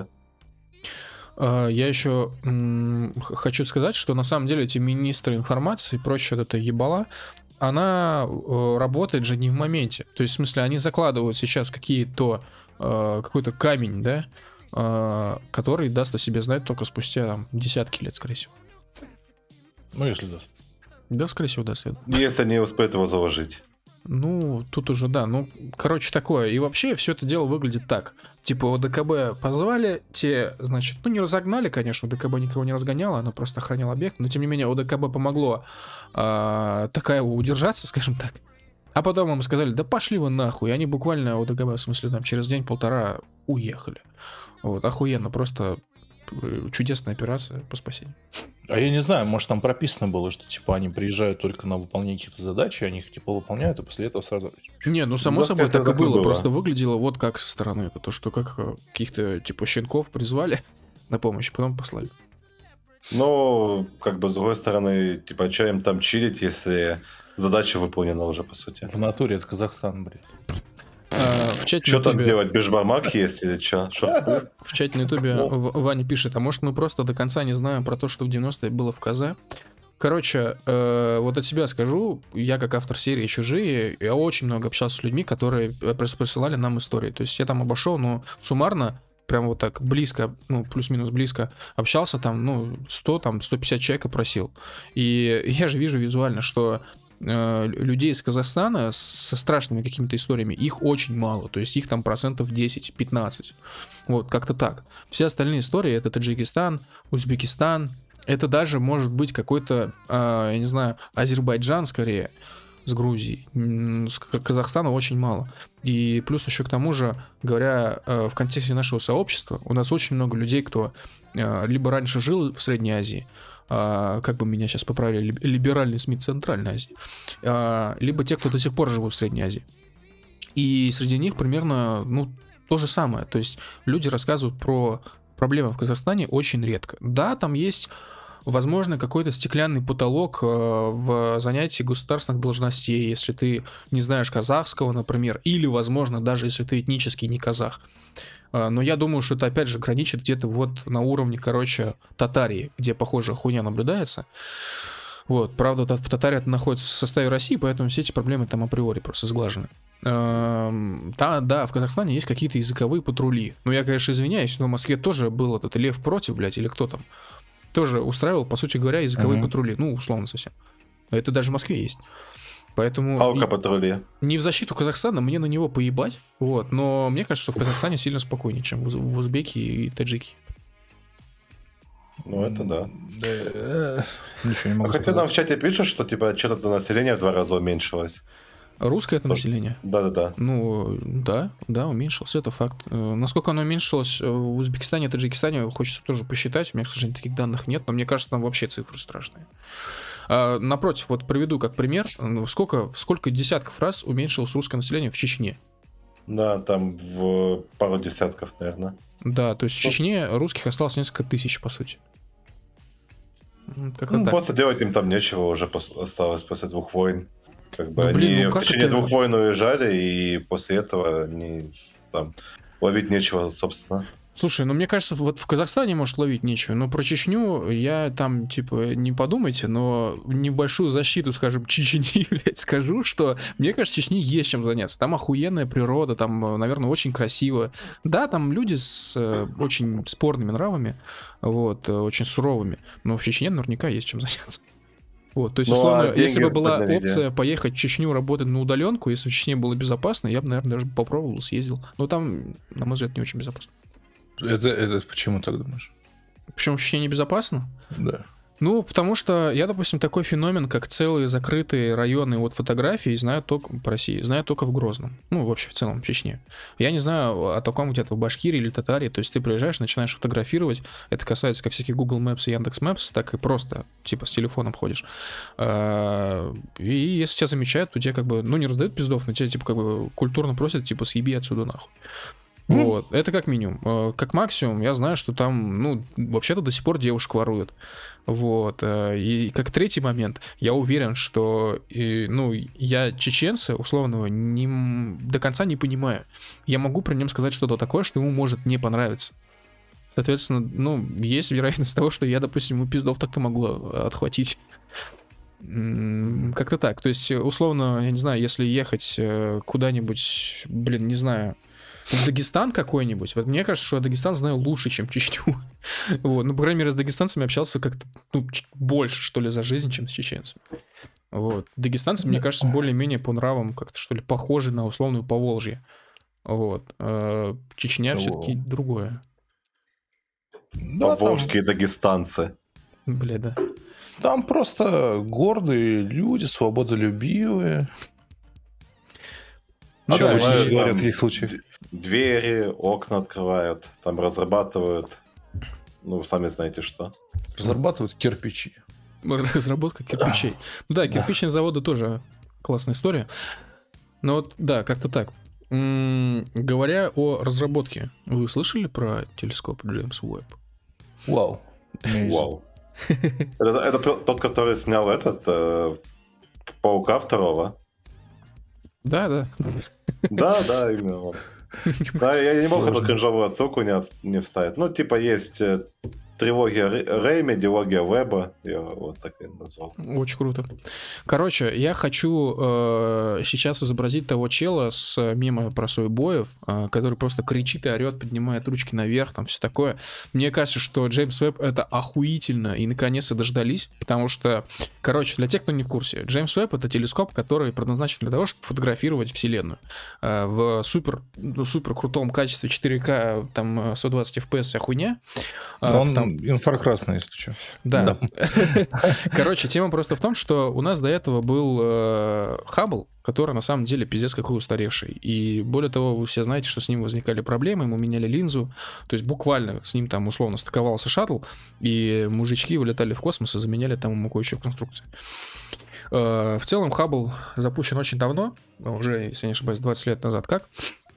Я еще хочу сказать, что на самом деле эти министры информации и прочее это ебала, она работает же не в моменте. То есть, в смысле, они закладывают сейчас какой-то камень, да, который даст о себе знать только спустя десятки лет, скорее всего. Если даст. Да, скорее всего, даст. Если они успеют его заложить. Тут уже, да, такое. И вообще все это дело выглядит так. Типа ОДКБ позвали, те, значит, не разогнали, конечно, ОДКБ никого не разгоняло, оно просто охраняло объект, но тем не менее ОДКБ помогло Такаеву удержаться, скажем так. А потом им сказали, да пошли вы нахуй. И они буквально ОДКБ, в смысле, там через день-полтора уехали. Вот, охуенно, просто чудесная операция по спасению. А я не знаю, может там прописано было, что типа они приезжают только на выполнение каких-то задач, и они их типа выполняют, и после этого сразу... Не, само собой так и было, просто выглядело вот как со стороны. Это то, что как каких-то типа щенков призвали на помощь, потом послали. С другой стороны, типа, что им там чилить, если задача выполнена уже, по сути. В натуре это Казахстан, блядь. В чате Что на там Ютубе- делать? Бешбармак есть или что? В чате на ютубе Ваня пишет, а может мы просто до конца не знаем про то, что в 90-е было в КЗ? Короче, вот от себя скажу, я как автор серии «Чужие», я очень много общался с людьми, которые присылали нам истории. То есть я там обошел, но суммарно, прям вот так близко, ну, плюс-минус близко общался, там, ну, 100, там, 150 человек опросил. И я же вижу визуально, что людей из Казахстана со страшными какими-то историями, их очень мало, то есть их там процентов 10-15. Вот, как-то так. Все остальные истории — это Таджикистан, Узбекистан, это даже может быть какой-то, я не знаю, Азербайджан скорее, с Грузией. С Казахстана очень мало. И плюс еще к тому же, говоря в контексте нашего сообщества, у нас очень много людей, кто либо раньше жил в Средней Азии, как бы меня сейчас поправили, либеральный СМИ Центральной Азии, либо те, кто до сих пор живут в Средней Азии. И среди них примерно, ну, то же самое. То есть люди рассказывают про проблемы в Казахстане очень редко. Да, там есть, возможно, какой-то стеклянный потолок в занятии государственных должностей, если ты не знаешь казахского, например, или, возможно, даже если ты этнический не казах. Но я думаю, что это, опять же, граничит где-то вот на уровне, короче, Татарии, где похожая хуйня наблюдается. Вот, правда, в Татарии это находится в составе России, поэтому все эти проблемы там априори просто сглажены. Да, в Казахстане есть какие-то языковые патрули. Ну, я, конечно, извиняюсь, но в Москве тоже был этот Лев против, блядь, или кто там. Тоже устраивал, по сути говоря, языковые патрули. Ну, условно совсем. Это даже в Москве есть. Поэтому Алка-патрули. не в защиту Казахстана, мне на него поебать. Вот, но мне кажется, что в Казахстане сильно спокойнее, чем в Узбеке и Таджике. Ну, это да. Ничего не могу Хотя нам в чате пишут, что типа что-то население в 2 раза уменьшилось. Русское это население? Да-да-да. Ну, да, уменьшилось, это факт. Насколько оно уменьшилось в Узбекистане и Таджикистане, хочется тоже посчитать. У меня, к сожалению, таких данных нет, но мне кажется, там вообще цифры страшные. Напротив, вот приведу как пример, сколько десятков раз уменьшилось русское население в Чечне. Да, там в пару десятков, наверное. Да, то есть в Чечне русских осталось несколько тысяч, по сути. Как-то так. Просто делать им там нечего уже осталось после 2 войн. Как бы Да, они блин, ну в как течение это- 2 войн уезжали, и после этого они там ловить нечего, собственно. Слушай, ну мне кажется, вот в Казахстане, может, ловить нечего, но про Чечню я там, типа, не подумайте, но небольшую защиту, скажем, Чечни, блядь, скажу, что мне кажется, в Чечне есть чем заняться. Там охуенная природа, там, наверное, очень красиво. Да, там люди с очень спорными нравами, вот, очень суровыми, но в Чечне наверняка есть чем заняться. Вот, то есть, Ну, условно, а деньги если бы была подновили. опция поехать в Чечню работать на удаленку, если в Чечне было безопасно, я бы, наверное, даже попробовал, съездил. Но там, на мой взгляд, не очень безопасно. Это почему так думаешь? Почему в Чечне небезопасно? Да. Ну, потому что я, допустим, такой феномен, как целые закрытые районы от фотографий, знаю только по России, знаю только в Грозном. Ну, вообще в целом в Чечне. Я не знаю о таком где-то в Башкирии или Татарии. То есть ты приезжаешь, начинаешь фотографировать. Это касается как всяких Google Maps и Яндекс Maps, так и просто, типа, с телефоном ходишь. И если тебя замечают, то тебе как бы, ну, не раздают пиздов, но тебя, типа, как бы культурно просят, типа, съеби отсюда нахуй. Вот, это как минимум. Как максимум, я знаю, что там, ну, вообще-то до сих пор девушек воруют. Вот. И как третий момент, я уверен, что, ну, я чеченца условного до конца не понимаю. Я могу при нем сказать что-то такое, что ему может не понравиться. Соответственно, ну, есть вероятность того, что я, допустим, ему пиздов так-то могу отхватить. Как-то так. То есть, условно, я не знаю, если ехать куда-нибудь, блин, не знаю, в Дагестан какой-нибудь. Вот мне кажется, что я Дагестан знаю лучше, чем Чечню. Вот. Ну, по крайней мере, с дагестанцами общался как-то, ну, больше, что ли, за жизнь, чем с чеченцами. Вот. Дагестанцы, мне кажется, более-менее по нравам как-то, что ли, похожи на условную Поволжье. Вот. Чечня все-таки другое. Да, Волжские дагестанцы. Бля, да. Там просто гордые люди, свободолюбивые. Ну, Чего да, обычно там говорят в таких случаях? Двери, окна открывают, там разрабатывают, ну, сами знаете что. Разрабатывают кирпичи. Разработка кирпичей. Ну да, кирпичные заводы тоже классная история. Но вот, да, как-то так. Говоря о разработке, вы слышали про телескоп Джеймс Уэбб? Вау. Вау. Это тот, который снял Паука второго. Да. Да, именно. Вот. Да, я не мог эту кринжовую отсылку не вставить. Ну, типа, есть трилогия Рейми, дилогия Веба. Я вот так и назвал. Очень круто. Короче, я хочу сейчас изобразить того чела с мема про сойбоев, который просто кричит и орет, поднимает ручки наверх, там все такое. Мне кажется, что Джеймс Веб это охуительно, и наконец-то дождались, потому что, короче, для тех, кто не в курсе, Джеймс Веб это телескоп, который предназначен для того, чтобы фотографировать Вселенную в супер крутом качестве 4К, там 120 FPS вся хуйня. Он инфракрасный, если что. Да. Короче, тема просто в том, что у нас до этого был Хаббл, который на самом деле пиздец какой устаревший. И более того, вы все знаете, что с ним возникали проблемы, ему меняли линзу. То есть буквально с ним там условно стыковался шаттл, и мужички вылетали в космос и заменяли там ему кое-что в конструкции. В целом Хаббл запущен очень давно, уже, если не ошибаюсь, 20 лет назад как.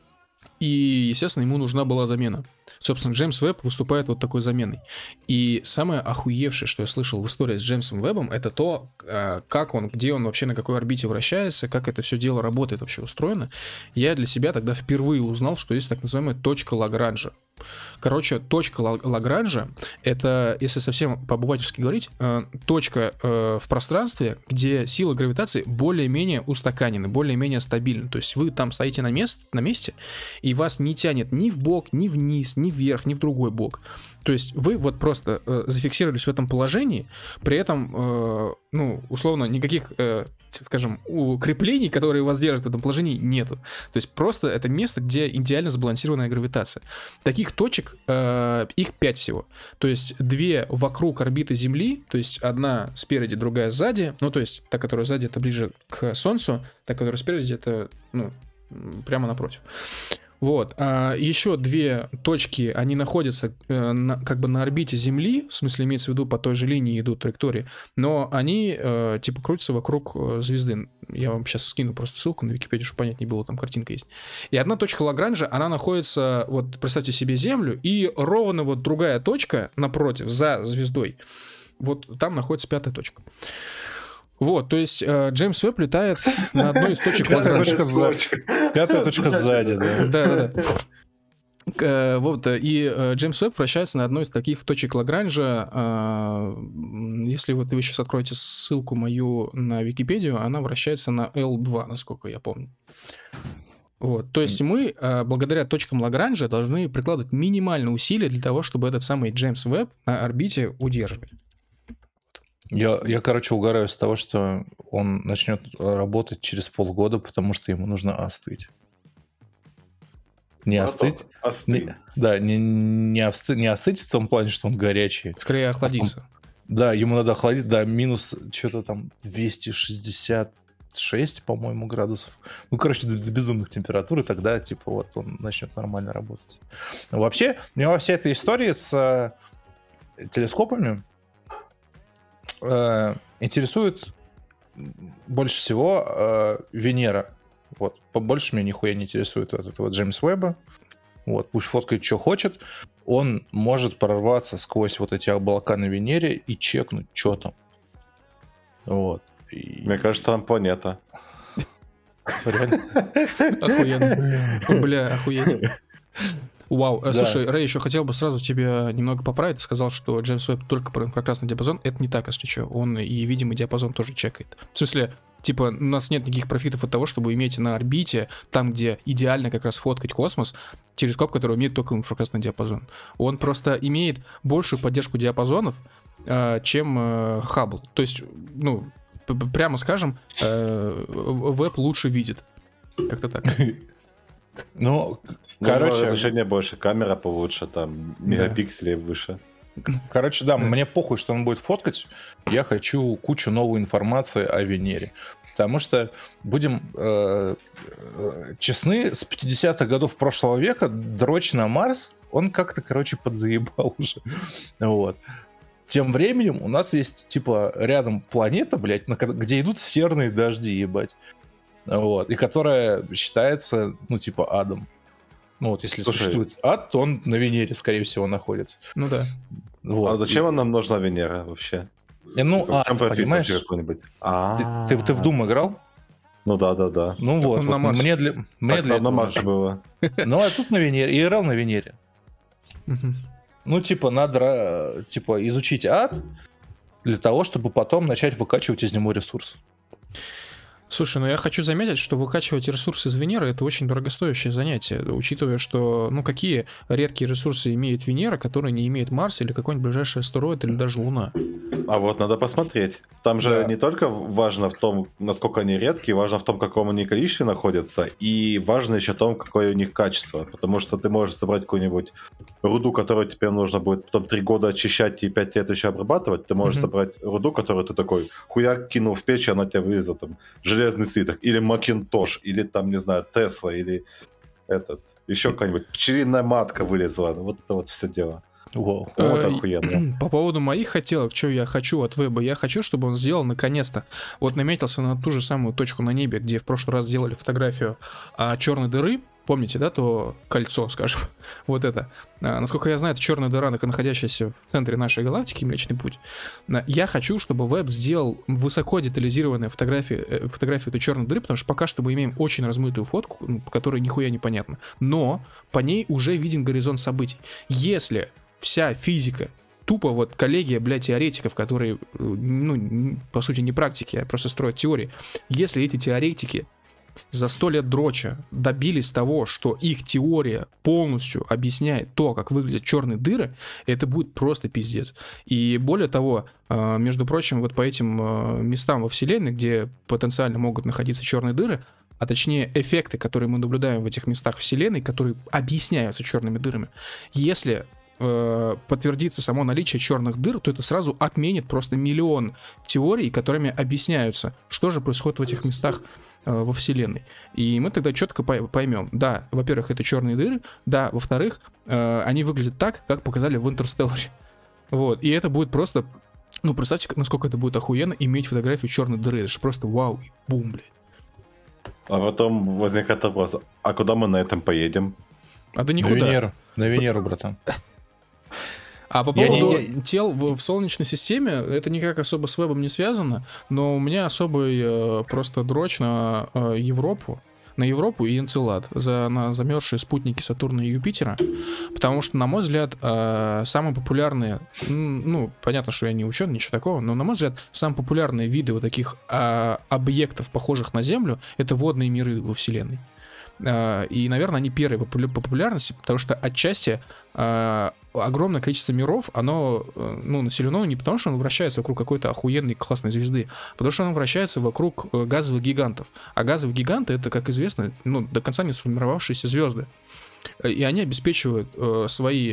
И, естественно, ему нужна была замена. Собственно, Джеймс Веб выступает вот такой заменой. И самое охуевшее, что я слышал в истории с Джеймсом Вебом, это то, как он, где он вообще, на какой орбите вращается, как это все дело работает, вообще устроено. Я для себя тогда впервые узнал, что есть так называемая точка Лагранжа. Короче, точка Лагранжа — это, если совсем по-обывательски говорить, точка в пространстве, где сила гравитации более-менее устаканены, более-менее стабильны. То есть вы там стоите на месте, и вас не тянет ни в бок, ни вниз, ни вверх, ни в другой бок. То есть вы вот просто зафиксировались в этом положении, при этом, ну, условно, никаких, скажем, укреплений, которые вас держат в этом положении, нету. То есть просто это место, где идеально сбалансированная гравитация. Таких точек, их 5 всего. То есть 2 вокруг орбиты Земли, то есть одна спереди, другая сзади. Ну, то есть та, которая сзади, это ближе к Солнцу, та, которая спереди, это, ну, прямо напротив. Вот. А еще 2 точки, они находятся как бы на орбите Земли, в смысле имеется в виду по той же линии идут траектории, но они типа крутятся вокруг звезды. Я вам сейчас скину просто ссылку на Википедию, чтобы понять не было, там картинка есть. И одна точка Лагранжа, она находится, вот представьте себе Землю, и ровно вот другая точка напротив, за звездой, вот там находится 5-я точка. Вот, то есть Джеймс Веб летает на одной из точек Лагранжа. 5-я точка сзади, да. Да. Вот, и Джеймс Веб вращается на одной из таких точек Лагранжа. Если вот вы сейчас откроете ссылку мою на Википедию, она вращается на L2, насколько я помню. Вот, то есть мы, благодаря точкам Лагранжа, должны прикладывать минимальные усилия для того, чтобы этот самый Джеймс Веб на орбите удерживать. Я, короче, угораю с того, что он начнет работать через полгода, потому что ему нужно остыть. Не остыть. Да, не остыть в том плане, что он горячий. Скорее охладиться. Да, ему надо охладить, да, минус что-то там 266, по-моему, градусов. Ну, короче, до безумных температур, и тогда, типа, вот он начнет нормально работать. Вообще, меня во всей этой истории с телескопами интересует больше всего Венера. Вот. Побольше меня нихуя не интересует вот этого Джеймс Уэбба. Вот. Пусть фоткает, что хочет. Он может прорваться сквозь вот эти облака на Венере и чекнуть, что там. Вот. Мне кажется, там планета. Охуенно. Бля, охуеть. Вау, да. Слушай, Рэй, еще хотел бы сразу тебя немного поправить. Ты сказал, что Джеймс Уэбб только про инфракрасный диапазон. Это не так, если что. Он и видимый диапазон тоже чекает. В смысле, типа, у нас нет никаких профитов от того, чтобы иметь на орбите, там, где идеально как раз фоткать космос, телескоп, который умеет только инфракрасный диапазон. Он просто имеет большую поддержку диапазонов, чем Хаббл. То есть, ну, прямо скажем, Веб лучше видит. Как-то так. Ну, короче... Разрешение больше, камера получше, там, мегапикселей выше. Короче, да, мне похуй, что он будет фоткать. Я хочу кучу новой информации о Венере. Потому что, будем честны, с 50-х годов прошлого века дрочь на Марс, он как-то, короче, подзаебал уже. Вот. Тем временем у нас есть, типа, рядом планета, блядь, где идут серные дожди, ебать. Вот. И которая считается, ну, типа, адом. Ну, вот, если существует ад, то он на Венере, скорее всего, находится. Ну, да. Вот. А зачем нам нужна Венера вообще? Ну, ад, понимаешь? Ты в Doom играл? Ну да. Ну Так вот, он на вот Марсе. мне для Так этого там на Марсе нужно. было. Ну, а тут на Венере, ИРЛ на Венере. Мгм. Ну, типа, надо типа изучить ад для того, чтобы потом начать выкачивать из него ресурс. Слушай, ну я хочу заметить, что выкачивать ресурсы из Венеры — это очень дорогостоящее занятие, учитывая, что, ну, какие редкие ресурсы имеет Венера, которые не имеет Марс или какой-нибудь ближайший астероид или даже Луна. А вот надо посмотреть. Там же Да. не только важно в том, насколько они редкие, важно в том, в каком они количестве находятся, и важно еще в том, какое у них качество. Потому что ты можешь собрать какую-нибудь руду, которую тебе нужно будет потом 3 года очищать и 5 лет еще обрабатывать. Ты можешь Мгм. собрать руду, которую ты такой хуяк кинул в печь, и она тебя вылезла там. Железный свиток, или Макинтош, или там, не знаю, Тесла, или еще какая-нибудь пчелиная матка вылезла. Вот это вот все дело. Вау. Вот Э, охуенно. По поводу моих хотелок, что я хочу от веба? Я хочу, чтобы он сделал наконец-то, вот наметился на ту же самую точку на небе, где в прошлый раз делали фотографию черной дыры. Помните, да, то кольцо, скажем, вот это. Насколько я знаю, это черная дыра, находящаяся в центре нашей галактики, Млечный Путь. Я хочу, чтобы веб сделал высоко детализированную фотографию этой черной дыры, потому что пока что мы имеем очень размытую фотку, по которой нихуя непонятно. Но по ней уже виден горизонт событий. Если вся физика, тупо вот коллегия, блядь, теоретиков, которые, ну, по сути, не практики, а просто строят теории, если эти теоретики за 100 лет дроча добились того, что их теория полностью объясняет то, как выглядят черные дыры, это будет просто пиздец. И более того, между прочим, вот по этим местам во Вселенной, где потенциально могут находиться черные дыры, а точнее эффекты, которые мы наблюдаем в этих местах Вселенной, которые объясняются черными дырами, если подтвердится само наличие черных дыр, то это сразу отменит просто миллион теорий, которыми объясняются, что же происходит в этих местах во Вселенной. И мы тогда четко поймем, да, во-первых, это черные дыры, да, во-вторых, они выглядят так, как показали в Интерстелларе. Вот, и это будет просто, ну, представьте, насколько это будет охуенно иметь фотографию черной дыры, это же просто вау, и бум, блядь. А потом возникает вопрос, а куда мы на этом поедем? А да никуда. На Венеру, братан. А по поводу тел в Солнечной системе, это никак особо с вебом не связано, но у меня особый просто дрочь на Европу и Энцелад, на замерзшие спутники Сатурна и Юпитера, потому что, на мой взгляд, самые популярные, ну, понятно, что я не ученый, ничего такого, но, на мой взгляд, самые популярные виды вот таких объектов, похожих на Землю, это водные миры во Вселенной. И, наверное, они первые по популярности, потому что отчасти огромное количество миров, оно, ну, населено не потому, что оно вращается вокруг какой-то охуенной классной звезды, а потому что оно вращается вокруг газовых гигантов. А газовые гиганты — это, как известно, ну, до конца не сформировавшиеся звезды. И они обеспечивают свои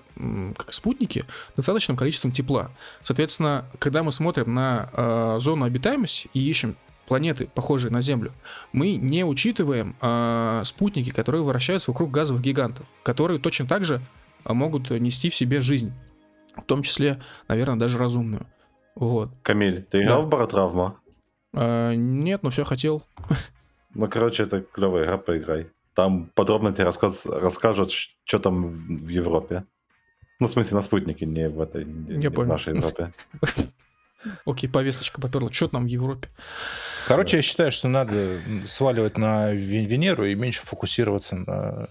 спутники достаточным количеством тепла. Соответственно, когда мы смотрим на зону обитаемости и ищем планеты, похожие на Землю, мы не учитываем спутники, которые вращаются вокруг газовых гигантов, которые точно так же могут нести в себе жизнь, в том числе, наверное, даже разумную. Вот. Камиль, ты играл в Баротравма? Нет, но все хотел. Ну, короче, это клевая игра, поиграй. Там подробно тебе расскажут, что там в Европе. Ну, в смысле, на спутнике, не в этой, не в нашей Европе. Окей, повесточка поперла. Что там в Европе? Короче, я считаю, что надо сваливать на Венеру и меньше фокусироваться на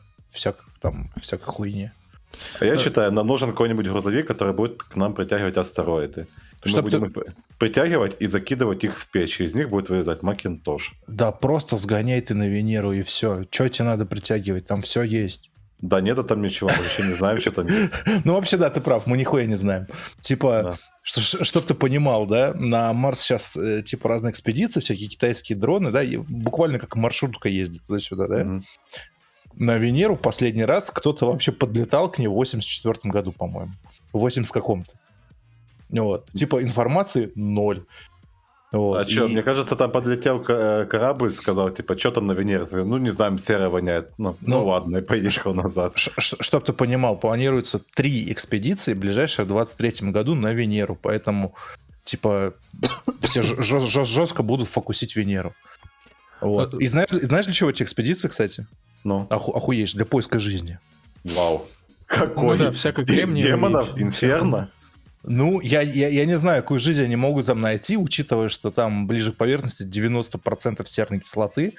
всякой хуйне. А я считаю, нам нужен какой-нибудь грузовик, который будет к нам притягивать астероиды. Мы будем их притягивать и закидывать их в печь. Из них будет вылезать Макинтош. Да просто сгоняй ты на Венеру и все. Че тебе надо притягивать? Там все есть. Да нет, там ничего, мы вообще не знаем, что там есть. Ну, вообще, да, ты прав, мы нихуя не знаем. Типа, чтоб ты понимал, да, на Марс сейчас, типа, разные экспедиции, всякие китайские дроны, да, и буквально как маршрутка ездит туда-сюда, да. На Венеру последний раз кто-то вообще подлетал к ней в 84-м году, по-моему. В 80 каком-то. Вот. Типа, информации ноль. Вот. А что, мне кажется, там подлетел корабль, сказал, типа, что там на Венере? Ну, не знаю, серая воняет. Ну ладно, и поехал назад. Чтоб ты понимал, планируется 3 экспедиции, ближайшие в 23-м году на Венеру, поэтому, типа, все жестко будут фокусить Венеру. Вот. И знаешь, для чего эти экспедиции, кстати? Ну? Охуеешь, для поиска жизни. Вау. Какой? Ну да, всякой кремниевой. Демонов? Инферно? Ну, я не знаю, какую жизнь они могут там найти, учитывая, что там ближе к поверхности 90% серной кислоты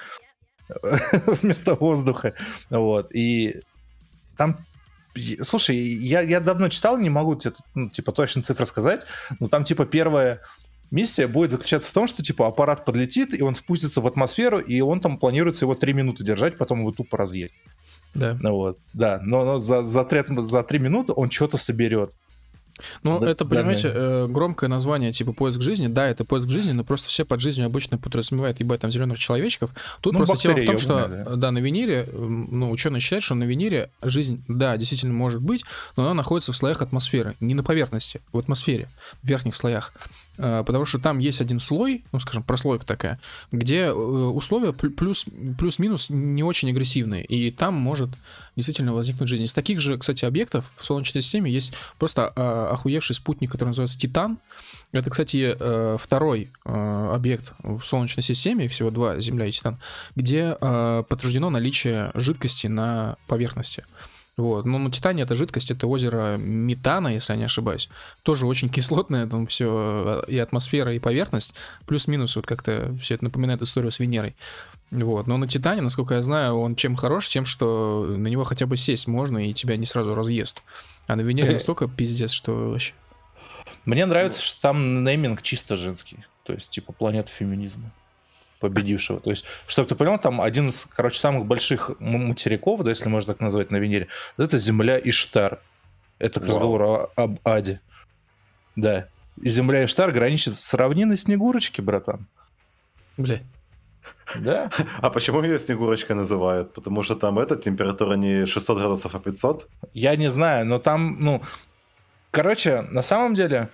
вместо воздуха. Вот. И там... Слушай, я давно читал, не могу тебе, ну, типа, точно цифры сказать, но там, типа, первая миссия будет заключаться в том, что, типа, аппарат подлетит, и он спустится в атмосферу, и он там планируется его 3 минуты держать, потом его тупо разъесть. Да. Ну, вот, да, но за 3 минуты он что-то соберет. Ну, Да, это, понимаете, громкое название, типа «Поиск жизни». Да, это поиск жизни, но просто все под жизнью обычно подразумевают, ебать, там, зеленых человечков. Тут Ну, просто тема в том, бактерии, что, да, на Венере, ну, ученые считают, что на Венере жизнь, да, действительно может быть, но она находится в слоях атмосферы, не на поверхности, в атмосфере, в верхних слоях. Потому что там есть один слой, ну, скажем, прослойка такая, где условия плюс-минус не очень агрессивные, и там может действительно возникнуть жизнь. Из таких же, кстати, объектов в Солнечной системе есть просто охуевший спутник, который называется Титан. Это, кстати, второй объект в Солнечной системе, их всего 2, Земля и Титан, где подтверждено наличие жидкости на поверхности. Вот. Но на Титане эта жидкость, это озеро метана, если я не ошибаюсь. Тоже очень кислотное, там все и атмосфера, и поверхность. Плюс-минус, вот как-то все это напоминает историю с Венерой. Вот. Но на Титане, насколько я знаю, он чем хорош, тем, что на него хотя бы сесть можно, и тебя не сразу разъест. А на Венере настолько пиздец, что вообще... Мне нравится, что там нейминг чисто женский. То есть, типа, планета феминизма победившего. То есть, чтобы ты понял, там один из, короче, самых больших материков, да, если можно так назвать, на Венере, это Земля Иштар. Это к разговору об Аде. Да. И Земля Иштар граничит с равниной Снегурочки, братан. Бля. Да. А почему ее Снегурочкой называют? Потому что там эта температура не 600 градусов, а 500? Я не знаю, но там, ну... Короче, на самом деле...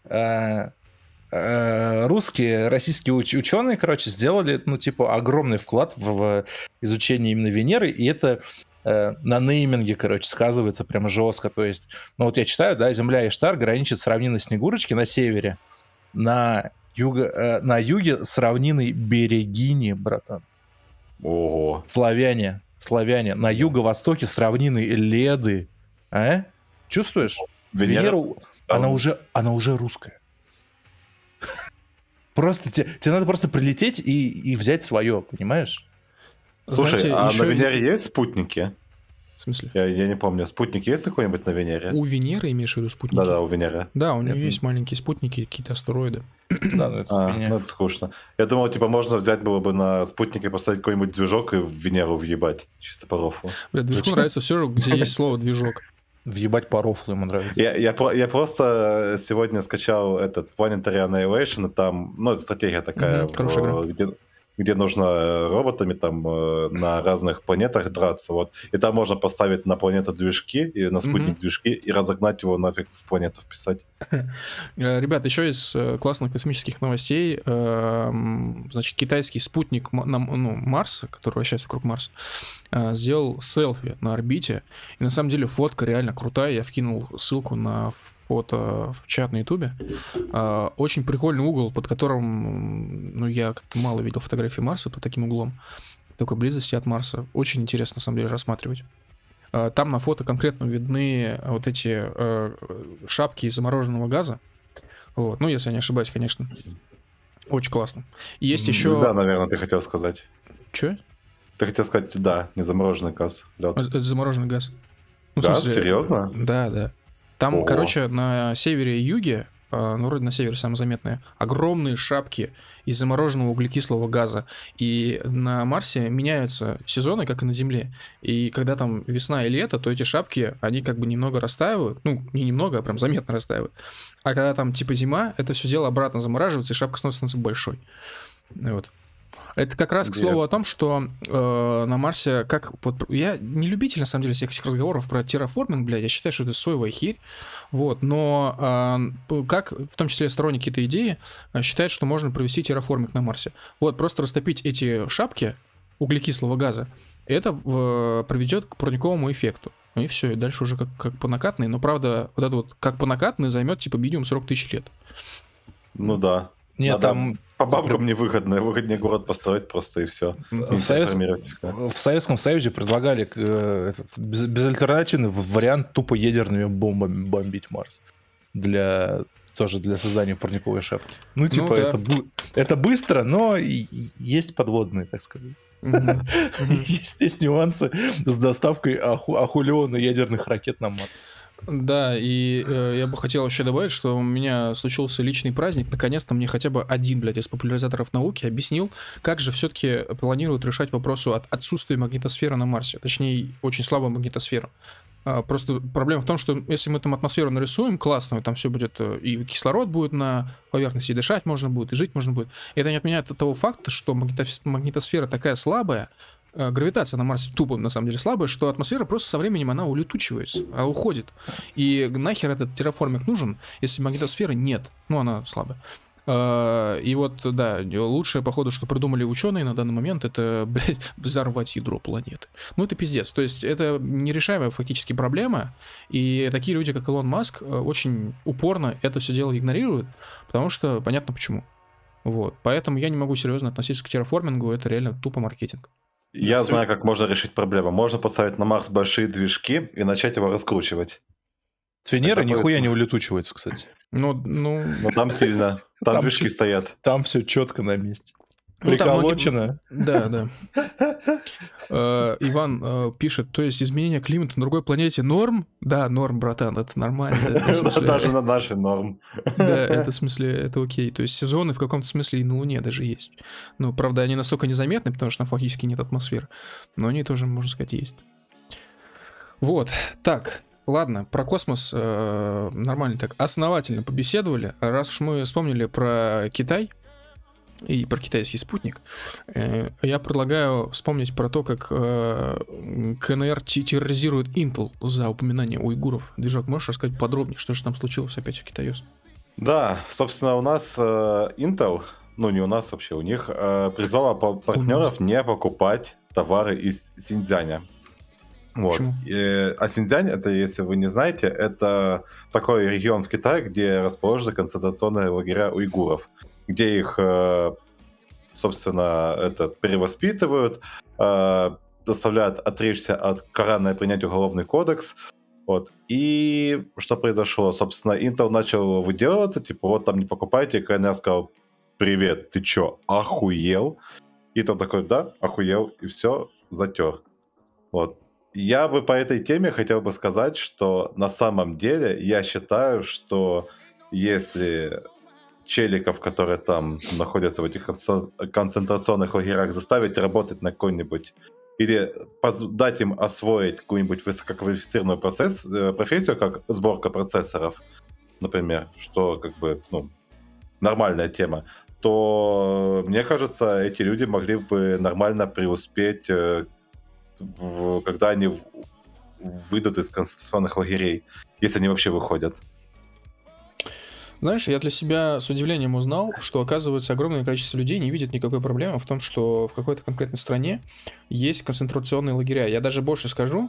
русские, российские ученые, короче, сделали, ну, типа, огромный вклад в изучение именно Венеры, и это на нейминге, короче, сказывается прям жестко. То есть, ну, вот я читаю, да, Земля Иштар граничит с равниной Снегурочки на севере, на юге с равниной Берегини, братан. Ого. Славяне. На юго-востоке с равниной Леды. А? Чувствуешь? Венеру, она уже русская. Просто тебе надо просто прилететь и взять свое, понимаешь? Слушай, Знаете, а еще на Венере есть спутники? В смысле? Я не помню, спутник есть какой-нибудь на Венере? У Венеры имеешь в виду спутники? Да-да, у Венеры. Да, у нее есть маленькие спутники, какие-то астероиды. Да, ну это Ну это скучно. Я думал, типа, можно взять было бы на спутнике поставить какой-нибудь движок и в Венеру въебать. Чисто по рофлу. Бля, движку нравится все, где есть слово «движок». Въебать по рофлу ему нравится. Я просто сегодня скачал этот Planetary Annihilation, и там, ну, это стратегия такая, хорошая игра. где нужно роботами там на разных планетах драться, вот. И там можно поставить на планету движки, и на спутник движки, и разогнать его нафиг в планету вписать. Ребят, еще из классных космических новостей, значит, китайский спутник Марса, который вращается вокруг Марса, сделал селфи на орбите, и на самом деле фотка реально крутая, я вкинул ссылку на фото в чат на ютубе. Очень прикольный угол, под которым, ну, я как-то мало видел фотографии Марса под таким углом, такой близости от Марса. Очень интересно, на самом деле, рассматривать. Там на фото конкретно видны вот эти шапки из замороженного газа. Вот. Ну, если я не ошибаюсь, конечно. Очень классно. И есть еще... Да, наверное, ты хотел сказать. Че? Ты хотел сказать, да, не замороженный газ. Лёд. Это замороженный газ. Ну, Газ? Серьезно? Да. Там, Ого. короче, на севере и юге, ну, вроде на севере самое заметное, огромные шапки из замороженного углекислого газа. И на Марсе меняются сезоны, как и на Земле. И когда там весна и лето, то эти шапки, они как бы немного растаивают. Ну, не немного, а прям заметно растаивают. А когда там типа зима, это все дело обратно замораживается, и шапка становится большой. Вот. Это как раз к слову о том, что на Марсе, как вот, я не любитель, на самом деле, всех этих разговоров про терраформинг, блядь, я считаю, что это соевая херь, вот, но как, в том числе сторонники этой идеи, считают, что можно провести терраформинг на Марсе. Вот, просто растопить эти шапки углекислого газа, это приведет к парниковому эффекту. И все, и дальше уже как по накатной, но, правда, вот это вот как по накатной займет, типа, минимум 40 тысяч лет. Ну да. Нет, там... По бабкам невыгодно, выгоднее город построить просто и все. В Советском Союзе предлагали безальтернативный вариант тупо ядерными бомбами бомбить Марс. тоже для создания парниковой шапки. Ну, типа, да. это быстро, но есть подводные, так сказать. Есть нюансы с доставкой Ахулиона ядерных ракет на Марс. Да, и я бы хотел еще добавить, что у меня случился личный праздник. Наконец-то мне хотя бы один, блядь, из популяризаторов науки объяснил, как же все-таки планируют решать вопрос от отсутствия магнитосферы на Марсе. Точнее, очень слабая магнитосфера. Просто проблема в том, что если мы там атмосферу нарисуем классную, там все будет, и кислород будет на поверхности, и дышать можно будет, и жить можно будет. Это не отменяет того факта, что магнитосфера такая слабая, гравитация на Марсе тупо, на самом деле, слабая, что атмосфера просто со временем она улетучивается, она уходит. И нахер этот терраформинг нужен, если магнитосферы нет, ну она слабая. И вот, да, лучшее, походу, что придумали ученые на данный момент, это, блядь, взорвать ядро планеты. Ну, это пиздец. То есть, это нерешаемая фактически проблема, и такие люди, как Илон Маск, очень упорно это все дело игнорируют, потому что понятно почему. Вот. Поэтому я не могу серьезно относиться к терраформингу, это реально тупо маркетинг. Я знаю, как можно решить проблему. Можно поставить на Марс большие движки и начать его раскручивать. С Венеры нихуя не улетучивается, кстати. Но там сильно. Там движки стоят. Там все четко на месте. Приколочено. Да. Иван пишет, то есть изменение климата на другой планете норм? Да, норм, братан, это нормально. Даже на нашей норм. Да, это в смысле, это окей. То есть сезоны в каком-то смысле и на Луне даже есть. Ну, правда, они настолько незаметны, потому что там фактически нет атмосферы. Но они тоже, можно сказать, есть. Вот, так. Ладно, про космос нормально так основательно побеседовали. Раз уж мы вспомнили про Китай и про китайский спутник, я предлагаю вспомнить про то, как КНР терроризирует Intel за упоминание уйгуров. Движок, можешь рассказать подробнее, что же там случилось опять у китаёс? Да, собственно, у нас Intel, ну не у нас вообще, у них призвала партнеров не покупать товары из Синьцзяня. Вот. А Синьцзянь, это, если вы не знаете, это такой регион в Китае, где расположены концентрационные лагеря уйгуров, где их, собственно, перевоспитывают, заставляют отречься от Корана и принять уголовный кодекс. Вот. И что произошло? Собственно, Intel начал выделываться, типа, вот там не покупайте, и КНР сказал: привет, ты чё, охуел? Intel такой: да, охуел, и все, затер. Вот. Я бы по этой теме хотел бы сказать, что на самом деле я считаю, что если челиков, которые там находятся в этих концентрационных лагерях, заставить работать на какой-нибудь, или дать им освоить какую-нибудь высококвалифицированную профессию, как сборка процессоров, например, что как бы, ну, нормальная тема, то, мне кажется, эти люди могли бы нормально преуспеть, когда они выйдут из концентрационных лагерей, если они вообще выходят. Знаешь, я для себя с удивлением узнал, что, оказывается, огромное количество людей не видит никакой проблемы в том, что в какой-то конкретной стране есть концентрационные лагеря. Я даже больше скажу,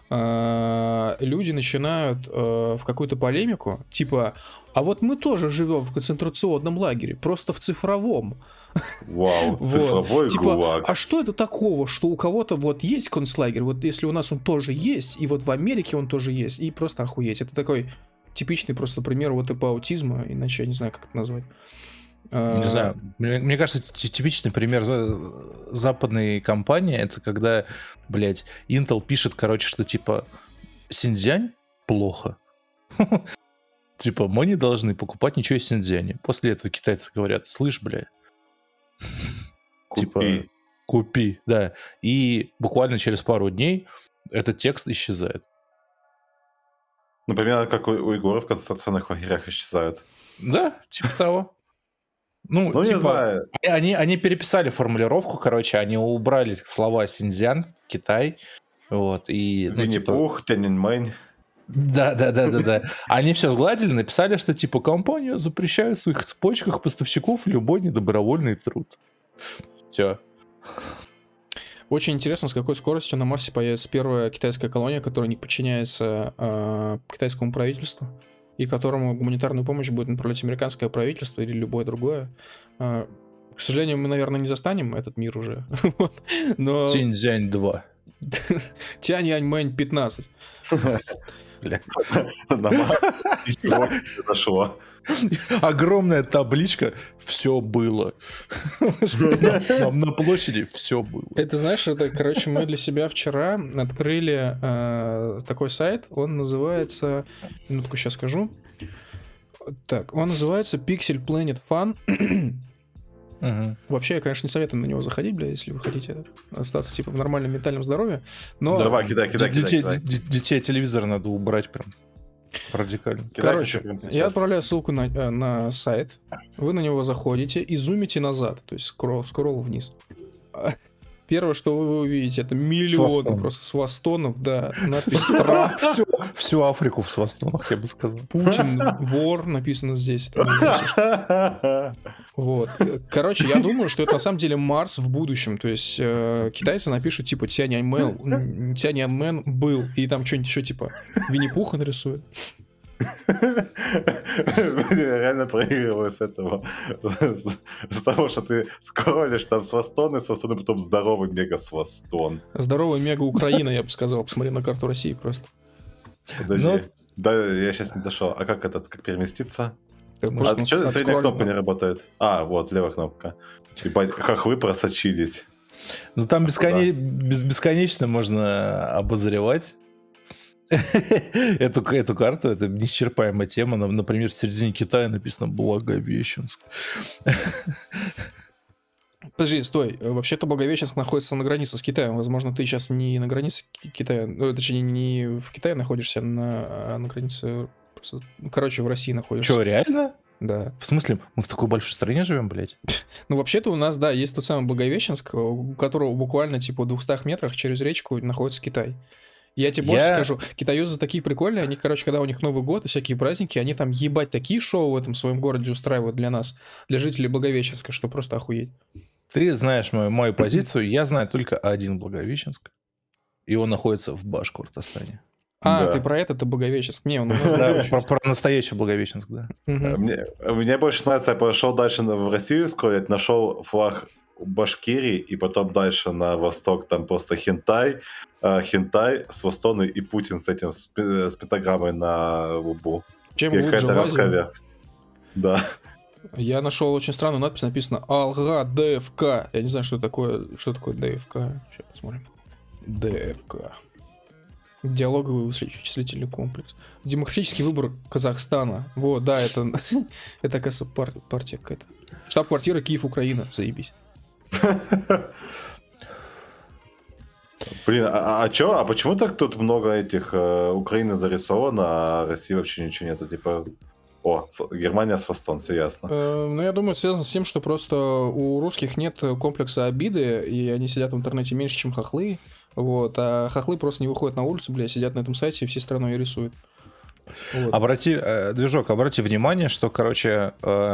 люди начинают в какую-то полемику, типа, а вот мы тоже живем в концентрационном лагере, просто в цифровом. Вау, цифровой типа, ГУЛАГ. А что это такого, что у кого-то вот есть концлагерь, вот если у нас он тоже есть, и вот в Америке он тоже есть, и просто охуеть. Это такой типичный просто пример вот типа аутизма, иначе я не знаю, как это назвать. Не знаю. Мне кажется, типичный пример западной компании, это когда, блядь, Intel пишет, короче, что типа Синьцзянь плохо. Типа, мы не должны покупать ничего из Синьцзяня. После этого китайцы говорят: слышь, блядь, типа, купи, да. И буквально через пару дней этот текст исчезает. Например, как уйгуры в концентрационных лагерях исчезают. Да, типа того. Ну, не типа, знаю. Они переписали формулировку, короче, они убрали слова Синьцзян, Китай, вот, и... Винни-Пух, Тяньаньмэнь. Да. Они все сгладили, написали, что, типа, компания запрещает в своих цепочках поставщиков любой недобровольный труд. Все. Очень интересно, с какой скоростью на Марсе появится первая китайская колония, которая не подчиняется китайскому правительству, и которому гуманитарную помощь будет направлять американское правительство или любое другое. К сожалению, мы, наверное, не застанем этот мир уже. Но... Синьцзянь 2. Тяньаньмэнь 15. бля. На Марс ничего не произошло. Огромная табличка «Все было». На площади все было. Это, знаешь, это, короче, мы для себя вчера открыли такой сайт, он называется, минутку сейчас скажу, так, он называется Pixel Planet Fun. Вообще, я, конечно, не советую на него заходить, бля, если вы хотите остаться, типа, в нормальном ментальном здоровье, но... Давай, кидай. Детей телевизора надо убрать прям радикально. Короче, я отправляю ссылку на сайт, вы на него заходите и зумите назад, то есть скролл вниз. Первое, что вы увидите, это миллионы просто свастонов, да, надпись Трамп. Всю Африку в свастонах, я бы сказал. Путин вор написано здесь. Вот. Короче, я думаю, что это на самом деле Марс в будущем. То есть китайцы напишут типа Тяньаньмэн был, и там что-нибудь еще типа Винни-Пуха нарисуют. Реально проигрываю с этого. С того, что ты скроллишь там свастон, потом здоровый мега-свастон. Здоровый мега-Украина, я бы сказал. Посмотри на карту России просто. Подожди. Да, я сейчас не дошел. А как переместиться? А что средняя кнопка не работает? А, вот, левая кнопка. Ебать, хохлы просочились. Ну там бесконечно можно обозревать эту карту. Это неисчерпаемая тема. Например, в середине Китая написано Благовещенск. Подожди, стой. Вообще-то Благовещенск находится на границе с Китаем. Возможно, ты сейчас не на границе Китая, точнее, не в Китае находишься, а на границе... Короче, в России находишься. Что, реально? Да. В смысле, мы в такой большой стране живем, блядь? Ну, вообще-то у нас, да, есть тот самый Благовещенск, у которого буквально, типа, в 200 метрах через речку находится Китай. Я тебе больше скажу, китаёзы такие прикольные, они, короче, когда у них Новый год и всякие праздники, они там ебать такие шоу в этом своем городе устраивают для нас, для жителей Благовещенска, что просто охуеть. Ты знаешь мою позицию, я знаю только один Благовещенск, и он находится в Башкортостане. А, да. Ты про это Благовещенск. Не, он у нас про настоящий Благовещенск, да. Мне больше нравится, я пошел дальше в Россию скроллить, нашел флаг Башкирии, и потом дальше на восток там просто хентай, свастоны и Путин с этим, с пентаграммой на лбу. Чем глубже в Азию. Да. Я нашел очень странную надпись, написано Алга ДФК. Я не знаю, что такое ДФК. Сейчас посмотрим. ДФК. Диалоговый вычислительный комплекс. Демократический выбор Казахстана. Вот, да, это оказывается, партия какая-то. Штаб-квартира Киев, Украина. Заебись. Блин, а почему так тут много этих Украины зарисовано, а России вообще ничего нету? Типа, Германия свастон, все ясно. Ну, я думаю, это связано с тем, что просто у русских нет комплекса обиды, и они сидят в интернете меньше, чем хохлы. Вот, а хохлы просто не выходят на улицу, бля, сидят на этом сайте и всей страной и рисуют. Вот. Движок, обрати внимание, что, короче,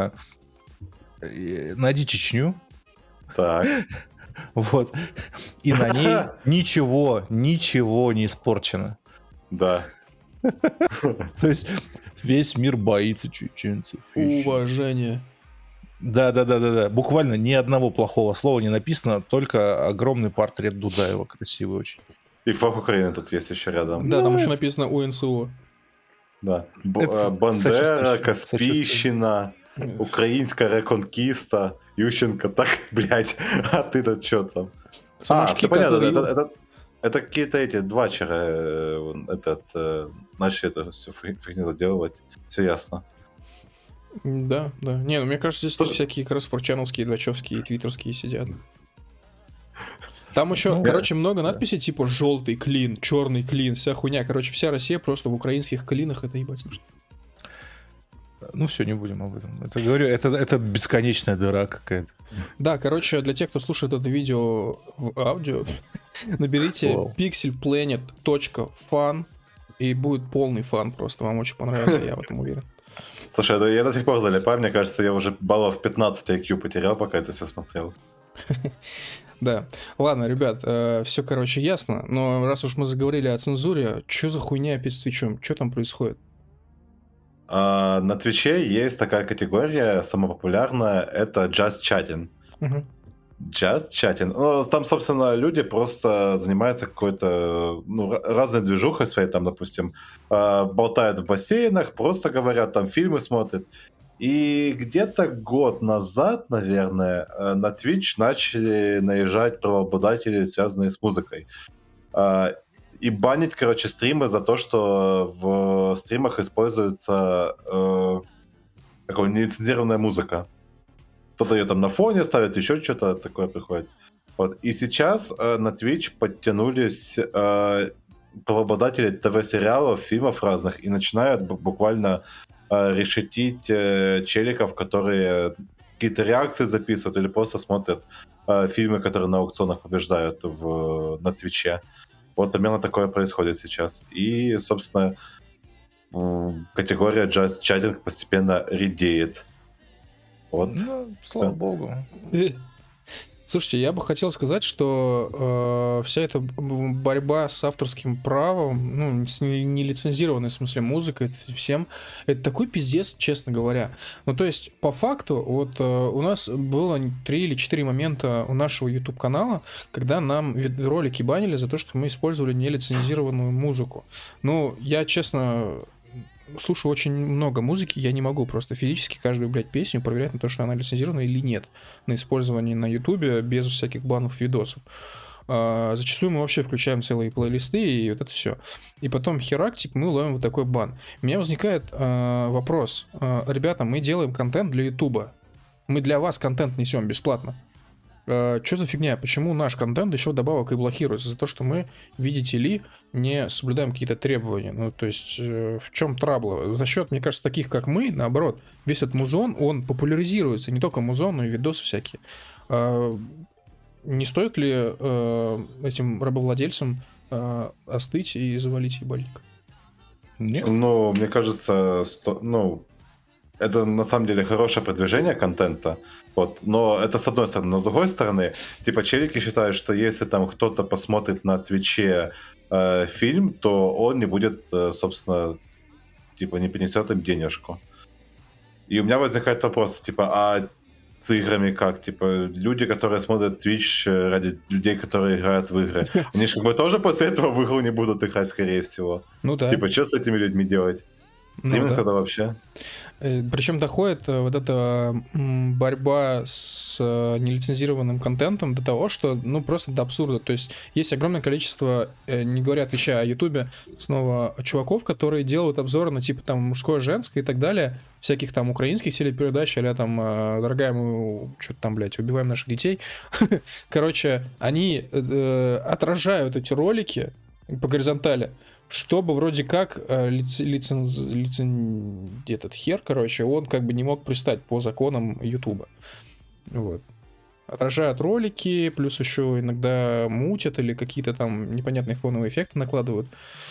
найди Чечню. Так. Вот. И на ней ничего не испорчено. Да. То есть весь мир боится чеченцев. Уважение. Да. Буквально ни одного плохого слова не написано, только огромный портрет Дудаева, красивый очень. И флаг Украины тут есть еще рядом. Да, там еще написано УНСО. Да. Бандера, Каспийщина, украинская реконкиста, Ющенко, так, блядь, а ты-то что там? Самошки, понятно, это какие-то эти двачеры, начали это все фигню заделывать, все ясно. Да. Не, ну мне кажется, здесь тоже всякие как раз форчановские, двачевские, твиттерские сидят. Там еще, короче, много надписей, типа желтый клин, черный клин, вся хуйня. Короче, вся Россия просто в украинских клинах, это ебать. Ну все, не будем об этом. Это говорю, это бесконечная дыра какая-то. Да, короче, для тех, кто слушает это видео в аудио, наберите pixelplanet.fun, и будет полный фан просто. Вам очень понравится, я в этом уверен. Слушай, я до сих пор залипаю, мне кажется, я уже баллов 15 IQ потерял, пока это все смотрел. Да. Ладно, ребят, все, короче, ясно. Но раз уж мы заговорили о цензуре, что за хуйня опять с Твичом? Что там происходит? На Твиче есть такая категория, самая популярная, это Just Chatting. Just chatting. Ну, там, собственно, люди просто занимаются какой-то, разной движухой своей, там, допустим, болтают в бассейнах, просто говорят, там, фильмы смотрят. И где-то год назад, наверное, на Twitch начали наезжать правообладатели, связанные с музыкой. И банить, короче, стримы за то, что в стримах используется такая нелицензированная музыка. Кто-то ее там на фоне ставит, еще что-то такое приходит. Вот. И сейчас на Twitch подтянулись правообладатели ТВ-сериалов, фильмов разных и начинают буквально решетить челиков, которые какие-то реакции записывают или просто смотрят фильмы, которые на аукционах побеждают на Твиче. Вот примерно такое происходит сейчас. И, собственно, категория Just Chatting постепенно редеет. Вот. Ну, слава богу. Слушайте, я бы хотел сказать, что вся эта борьба с авторским правом, ну, с нелицензированной, в смысле, музыкой, всем, это такой пиздец, честно говоря. Ну, то есть, по факту, вот у нас было 3 или 4 момента у нашего YouTube-канала, когда нам ролики банили за то, что мы использовали нелицензированную музыку. Ну, я, честно, слушаю очень много музыки, я не могу просто физически каждую, блядь, песню проверять на то, что она лицензирована или нет на использование на Ютубе без всяких банов видосов. Зачастую мы вообще включаем целые плейлисты и вот это все. И потом херак, типа, мы ловим вот такой бан. У меня возникает вопрос. Ребята, мы делаем контент для Ютуба. Мы для вас контент несем бесплатно. Что за фигня? Почему наш контент еще вдобавок и блокируется? За то, что мы, видите ли, не соблюдаем какие-то требования. Ну, то есть, в чем трабла? За счет, мне кажется, таких, как мы, наоборот, весь этот музон, он популяризируется. Не только музон, но и видосы всякие. Не стоит ли этим рабовладельцам остыть и завалить ебальник? Нет. Ну, мне кажется, это на самом деле хорошее продвижение контента, вот, но это с одной стороны. Но с другой стороны, типа, челики считают, что если там кто-то посмотрит на Твиче фильм, то он не будет, собственно, типа, не принесет им денежку. И у меня возникает вопрос, типа, а с играми как? Типа, люди, которые смотрят Twitch ради людей, которые играют в игры, они же как бы тоже после этого в игру не будут играть, скорее всего. Ну да. Типа, что с этими людьми делать? Стриминг да. тогда вообще? Причем доходит вот эта борьба с нелицензированным контентом до того, что, ну, просто до абсурда. То есть есть огромное количество, не говоря, отвечая о Ютубе, снова чуваков, которые делают обзоры на типа там мужское, женское и так далее, всяких там украинских телепередач, а там, дорогая, мы что-то там, блядь, убиваем наших детей. Короче, они отражают эти ролики по горизонтали, чтобы вроде как этот хер, короче, он как бы не мог пристать по законам Ютуба. Вот. Отражают ролики, плюс еще иногда мутят или какие-то там непонятные фоновые эффекты накладывают.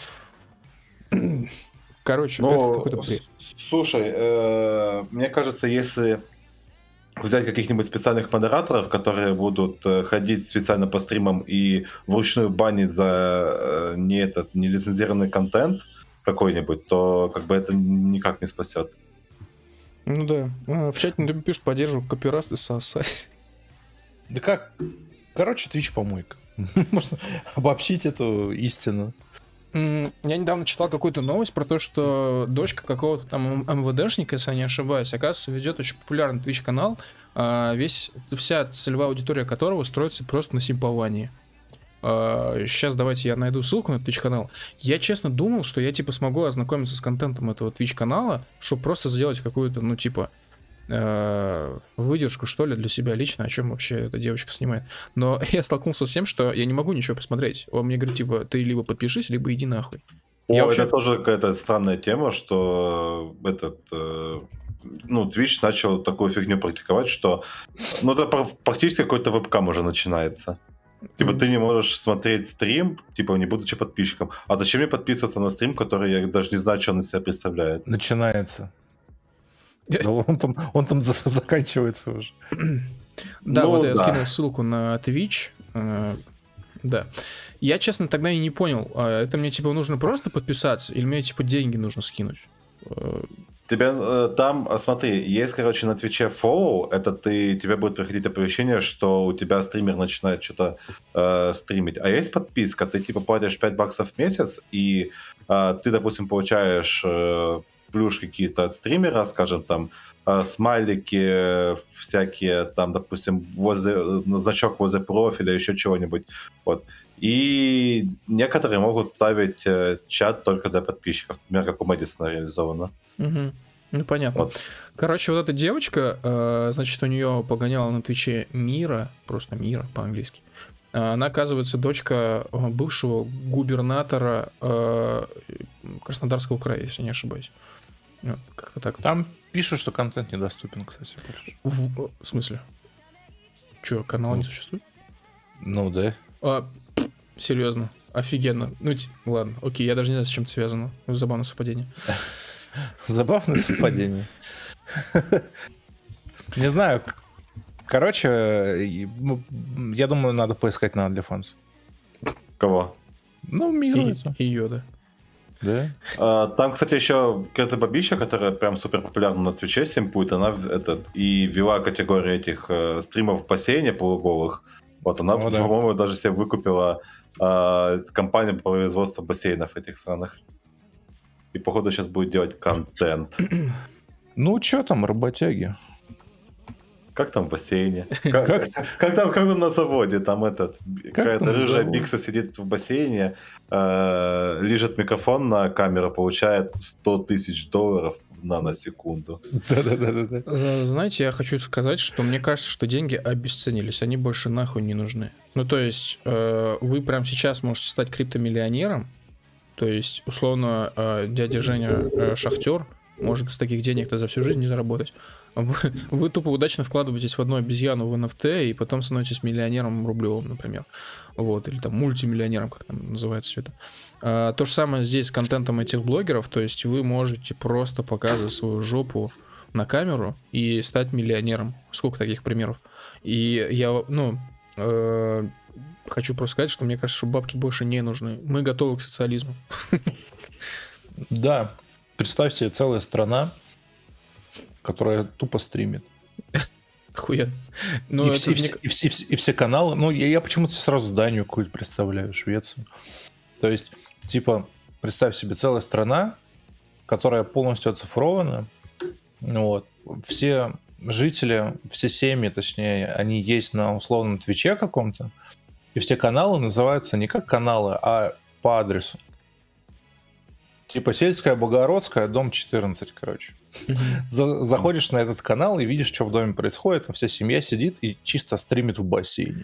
Короче, это какой-то бред. Слушай, мне кажется, если взять каких-нибудь специальных модераторов, которые будут ходить специально по стримам и вручную банить за нелицензированный контент какой-нибудь, то как бы это никак не спасет. Ну да. В чате мне пишут, поддерживаю копираст и сосать. Да как? Короче, Twitch помойка. Можно обобщить эту истину. Я недавно читал какую-то новость про то, что дочка какого-то там МВДшника, если я не ошибаюсь, оказывается, ведет очень популярный Twitch-канал, вся целевая аудитория которого строится просто на симповании. Сейчас давайте я найду ссылку на Twitch-канал. Я честно думал, что я типа смогу ознакомиться с контентом этого Twitch-канала, чтобы просто сделать какую-то, ну типа, выдержку, что ли, для себя лично, о чем вообще эта девочка снимает. Но я столкнулся с тем, что я не могу ничего посмотреть. Он мне говорит, типа, ты либо подпишись, либо иди нахуй. Это тоже какая-то странная тема, что Twitch начал такую фигню практиковать, что это практически какой-то вебкам уже начинается. Типа, ты не можешь смотреть стрим, типа, не будучи подписчиком. А зачем мне подписываться на стрим, который я даже не знаю, что он из себя представляет? Начинается. Он там заканчивается уже. Да, вот я скинул ссылку на Twitch. Да. Я, честно, тогда и не понял, это мне, типа, нужно просто подписаться, или мне, типа, деньги нужно скинуть? Тебе там, смотри, есть, короче, на Твиче follow, это тебе будет приходить оповещение, что у тебя стример начинает что-то стримить. А есть подписка, ты типа платишь $5 в месяц, и ты, допустим, получаешь плюшки какие-то от стримера, скажем, там, смайлики всякие, там, допустим, значок возле профиля, еще чего-нибудь. Вот. И некоторые могут ставить чат только для подписчиков, например, как у Мэдисона реализовано. Угу. Ну, понятно. Вот. Короче, вот эта девочка, значит, у нее погоняла на Твиче Мира, просто Мира по-английски. Она, оказывается, дочка бывшего губернатора Краснодарского края, если не ошибаюсь. Вот, как-то так. Там пишут, что контент недоступен, кстати, больше. В смысле? Че, канала не существует? Ну да. Серьезно, офигенно. Ну, ладно, окей, я даже не знаю, с чем это связано. Забавное совпадение. Забавное совпадение. Не знаю. Короче, я думаю, надо поискать на OnlyFans. Кого? Ну, Миру. И Йода. Да. Там, кстати, еще какая-то бабища, которая прям супер популярна на Твиче, симпует, она и ввела категорию этих стримов в бассейне полуголых. Вот, она, по-моему, даже себе выкупила компанию по производству бассейнов этих странах. И, походу, сейчас будет делать контент. Ну, что там, работяги? Как там в бассейне? Как там на заводе? Там какая-то рыжая бикса сидит в бассейне, лижет микрофон на камеру, получает $100 тысяч в наносекунду. Да. Знаете, я хочу сказать, что мне кажется, что деньги обесценились, они больше нахуй не нужны. Ну, то есть, вы прямо сейчас можете стать криптомиллионером, то есть, условно, дядя Женя шахтер может с таких денег-то за всю жизнь не заработать. Вы тупо удачно вкладываетесь в одну обезьяну в NFT и потом становитесь миллионером рублевым, например. Вот, или там мультимиллионером, как там называется все это. То же самое здесь с контентом этих блогеров, то есть вы можете просто показывать свою жопу на камеру и стать миллионером. Сколько таких примеров? И я, хочу просто сказать, что мне кажется, что бабки больше не нужны. Мы готовы к социализму. Да, представь себе целая страна, которая тупо стримит. Охуенно. И все каналы. Ну, я почему-то сразу Данию какую-то представляю, Швецию. То есть, типа, представь себе целая страна, которая полностью оцифрована. Вот. Все жители, все семьи, точнее, они есть на условном Твиче каком-то. И все каналы называются не как каналы, а по адресу. Типа Сельская, Богородская, дом 14, короче. Заходишь на этот канал и видишь, что в доме происходит. Там вся семья сидит и чисто стримит в бассейне.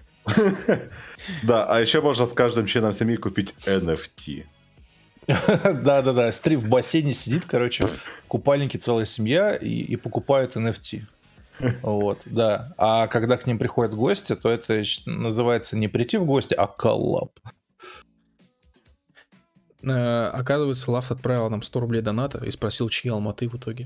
Да, а еще можно с каждым членом семьи купить NFT. Да. Стрим в бассейне сидит, короче, купальники целая семья и покупают NFT. Вот, да. А когда к ним приходят гости, то это называется не прийти в гости, а коллаб. Оказывается, Лафт отправил нам 100 рублей доната и спросил, чьи Алматы в итоге.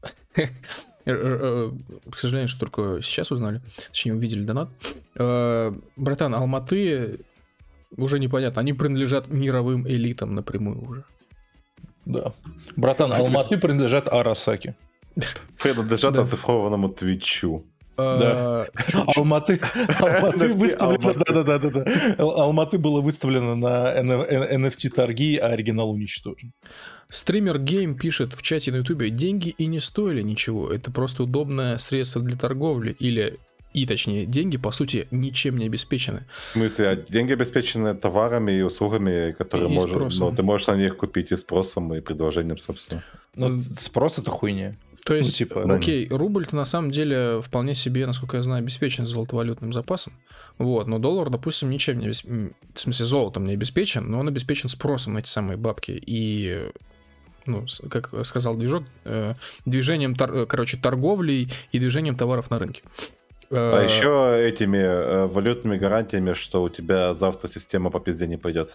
К сожалению, что только сейчас узнали. Точнее, увидели донат. Братан, Алматы уже непонятно. Они принадлежат мировым элитам напрямую уже. Да. Братан, Алматы принадлежат Арасаки. Принадлежат оцифрованному Твичу. Да. Алматы выставлено. Да. Алматы было выставлено на NFT торги, а оригинал уничтожен. Стример Гейм пишет в чате на Ютубе: деньги и не стоили ничего. Это просто удобное средство для торговли. Точнее, деньги, по сути, ничем не обеспечены. В смысле, деньги обеспечены товарами и услугами, которые ты можешь на них купить и спросом, и предложением, собственно. Ну, спрос — это хуйня. То есть, окей, рубль-то на самом деле вполне себе, насколько я знаю, обеспечен золотовалютным запасом. Вот, но доллар, допустим, ничем не обеспечен. В смысле, золотом не обеспечен, но он обеспечен спросом на эти самые бабки. И, как сказал движок, движением, торговлей и движением товаров на рынке. А еще этими валютными гарантиями, что у тебя завтра система по пизде не пойдет вся.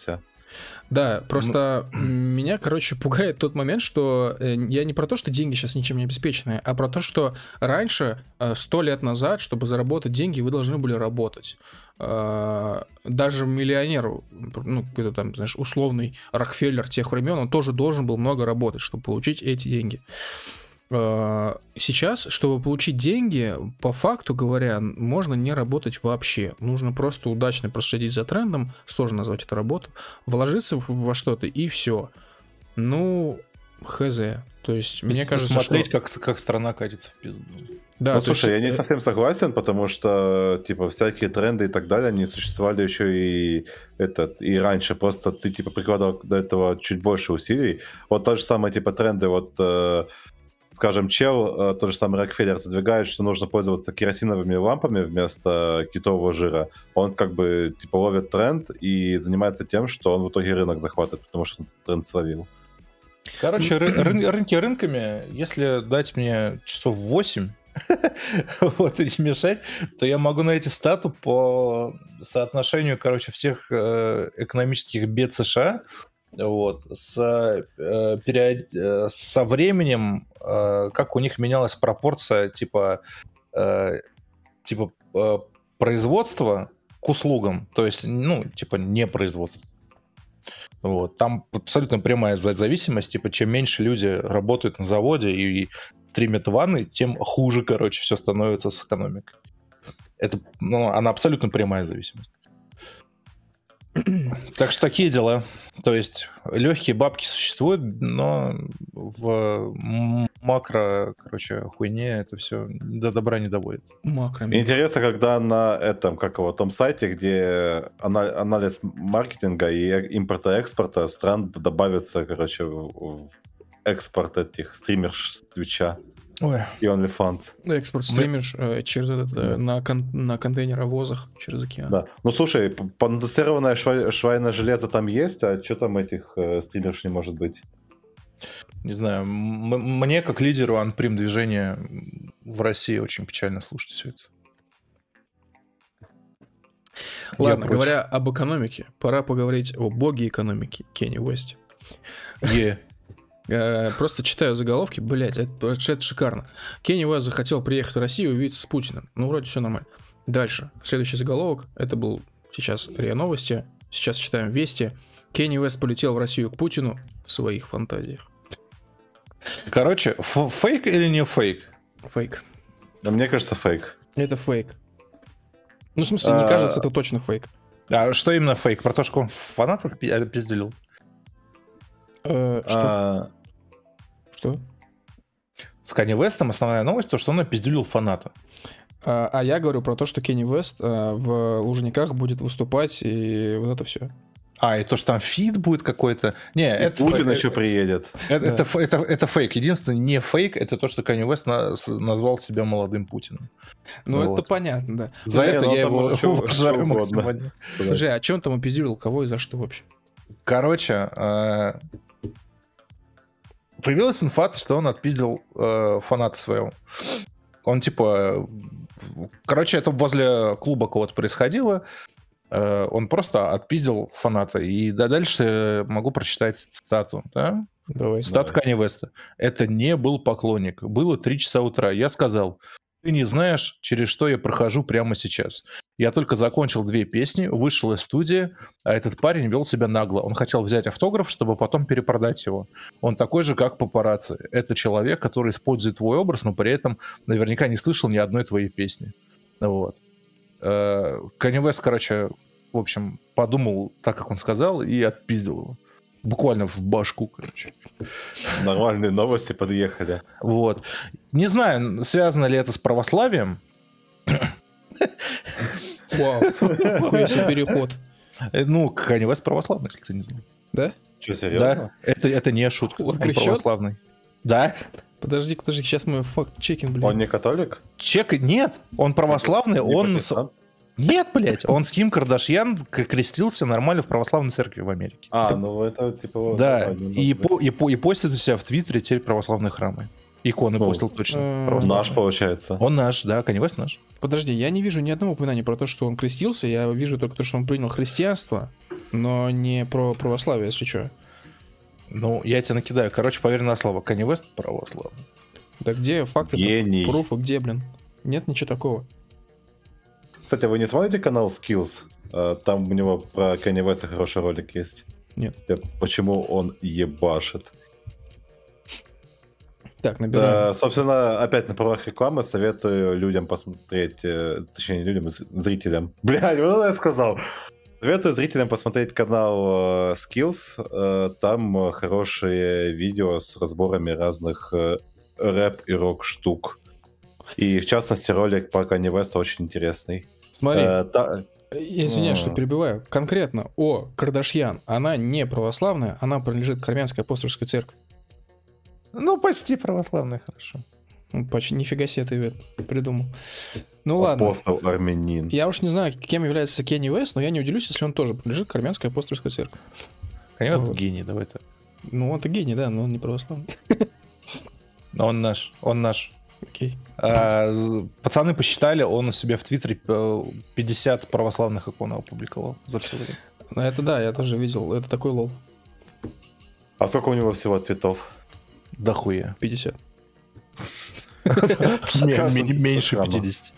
Да, просто меня, короче, пугает тот момент, что я не про то, что деньги сейчас ничем не обеспечены, а про то, что раньше, 100 лет назад, чтобы заработать деньги, вы должны были работать. Даже миллионер, ну, какой-то там, знаешь, условный Рокфеллер тех времен, он тоже должен был много работать, чтобы получить эти деньги. Сейчас, чтобы получить деньги, по факту говоря, можно не работать вообще. Нужно просто удачно проследить за трендом, сложно назвать это работу, вложиться во что-то и все. Ну, хз. То есть, мне кажется, смотреть, как страна катится в пизду. Да, ну, слушай, я не совсем согласен, потому что, типа, всякие тренды и так далее, они существовали еще и раньше. Просто ты, типа, прикладывал до этого чуть больше усилий. Вот то же самое, типа, тренды, вот, скажем, чел, тот же самый Рокфеллер задвигает, что нужно пользоваться керосиновыми лампами вместо китового жира. Он как бы, типа, ловит тренд и занимается тем, что он в итоге рынок захватывает, потому что он тренд словил. Короче, рынки рынками, если дать мне часов 8, вот, и не мешать, то я могу найти стату по соотношению, короче, всех экономических бед США, вот, со временем, как у них менялась пропорция, типа производства к услугам, то есть, ну, типа, не производство. Вот. Там абсолютно прямая зависимость, типа, чем меньше люди работают на заводе и стримят ванны, тем хуже, короче, все становится с экономикой. Это, ну, она абсолютно прямая зависимость. Так что такие дела. То есть легкие бабки существуют, но в макро, короче, хуйне это все до добра не доводит. Интересно, когда на этом, как его, том сайте, где анализ маркетинга и импорта-экспорта стран добавится, короче, в экспорт этих стримерш с Твича. Ой. И OnlyFans. Экспорт стримишь через на контейнеровозах через океан. Да. Ну слушай, конденсированное швейное железо там есть, а что там этих стримерш не может быть? Не знаю, мне как лидеру анприм движения в России очень печально слушать все это. Ладно, говоря об экономике, пора поговорить о боге экономики Кенни Уэсте. Просто читаю заголовки, блять, это шикарно. Кенни Уэст захотел приехать в Россию и увидеться с Путиным. Ну, вроде все нормально. Дальше. Следующий заголовок. Это был сейчас РИА Новости. Сейчас читаем Вести. Кенни Уэст полетел в Россию к Путину в своих фантазиях. Короче, фейк или не фейк? Фейк. Да, мне кажется, фейк. Это фейк. Ну, в смысле, не кажется, это точно фейк. А что именно фейк? Про то, что он фанат отпизделил? Что? Что? С Канье Уэстом основная новость, то, что он опизделил фаната. А я говорю про то, что Кенни Уэст в Лужниках будет выступать, и вот это все. И то, что там фит будет какой-то. Не, это Путин еще приедет. Это фейк. Единственное, не фейк, это то, что Канье Уэст назвал себя молодым Путиным. Ну, вот. Это понятно, да. За это я его уважаю максимально. Слушай, а че он там опиздюрил? Кого и за что вообще? Короче, появилась инфа, что он отпиздил фаната своего. Он типа... Короче, это возле клуба кого-то происходило. Он просто отпиздил фаната. И дальше могу прочитать цитату. Да? Давай. Цитата Канье Уэста. «Это не был поклонник. Было 3 часа утра. Я сказал, ты не знаешь, через что я прохожу прямо сейчас. Я только закончил 2 песни, вышел из студии, а этот парень вел себя нагло. Он хотел взять автограф, чтобы потом перепродать его. Он такой же, как папарацци. Это человек, который использует твой образ, но при этом наверняка не слышал ни одной твоей песни». Вот. Канье Уэст, короче, в общем, подумал так, как он сказал, и отпиздил его. Буквально в башку, короче. Нормальные новости подъехали. Вот. Не знаю, связано ли это с православием. Вау, какой себе переход. Ну, Канье Уэст православный, если ты не знал. Да? Что, серьезно? Да, это не шутка, Он православный. Да. Подожди, сейчас мы факт-чекинг, блин. Он не католик? Нет, он православный, он... Нет, блядь, он с Ким Кардашьян крестился нормально в православной церкви в Америке. Ну это типа... Да, и постит у себя в Твиттере теперь православные храмы. Иконы постил точно. Наш, получается. Он наш, да, Канье Уэст наш. Подожди, я не вижу ни одного упоминания про то, что он крестился, я вижу только то, что он принял христианство. но не про православие, если что. Ну, я тебе накидаю. Короче, поверь на слово. Kanye West православный. Да где факты, Гений. пруфы, где, блин? Нет ничего такого. Кстати, вы не смотрите канал Skills? Там у него про Kanye West хороший ролик есть. Нет. Почему он ебашит. Так, набираем. Да, собственно, опять на правах рекламы советую людям посмотреть, точнее, не людям, зрителям. Блядь, вот это я сказал. Советую зрителям посмотреть канал Skills. Там хорошие видео с разборами разных рэп и рок штук. И, в частности, ролик по Kanye West очень интересный. Смотри, я извиняюсь, что перебиваю. Конкретно о Кардашьян. Она не православная, она принадлежит к Армянской апостольской церкви. Ну, почти православный, хорошо. Ну, почти, нифига себе ты это придумал. Ну ладно. Апостол армянин. Я уж не знаю, кем является Kanye West, но я не удивлюсь, если он тоже принадлежит к Армянской апостольской церкви. Kanye West Вот. гений, давай так. Ну, он-то гений, да, но он не православный. Но он наш. Окей. Пацаны посчитали, он у себя в Твиттере 50 православных икон опубликовал за все время. Ну, это да, я тоже видел. Это такой лол. А сколько у него всего цветов? Да хуя. 50. Меньше Странно. 50.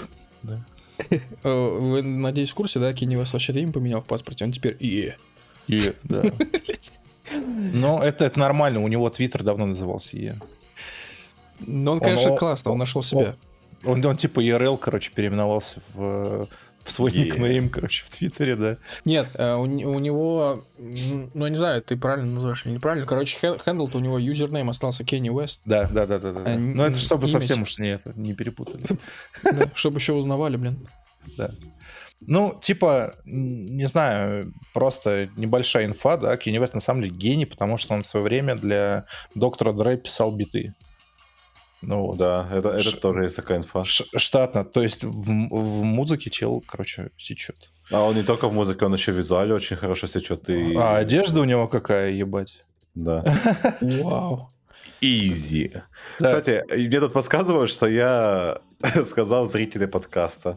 Вы, надеюсь, в курсе, да, Kanye West вообще имя поменял в паспорте, он теперь ИЕ. И, да. Но это нормально, у него Твиттер давно назывался ИЕ. Но он, конечно, Он- классно, он нашел себя. Он типа ERL, короче, переименовался в свой Е. никнейм, короче, в Твиттере, да. Нет, у него, ну, я не знаю, ты правильно называешь или неправильно. Короче, хендл-то у него юзернейм остался Kanye West, Да. Ну это чтобы имя совсем типа. уж не перепутали. да, чтобы еще узнавали, блин. Да. Ну, типа, не знаю, просто небольшая инфа, да, Kanye West на самом деле гений, потому что он в свое время для доктора Dre писал биты. Ну вот. Да, это тоже есть такая инфа. Штатно, то есть в музыке чел, короче, сечет. А он не только в музыке, он еще в визуале очень хорошо сечет. И... А одежда у него какая, ебать. Да. Вау. Изи. Да. Кстати, мне тут подсказывают, что я сказал зрители подкаста.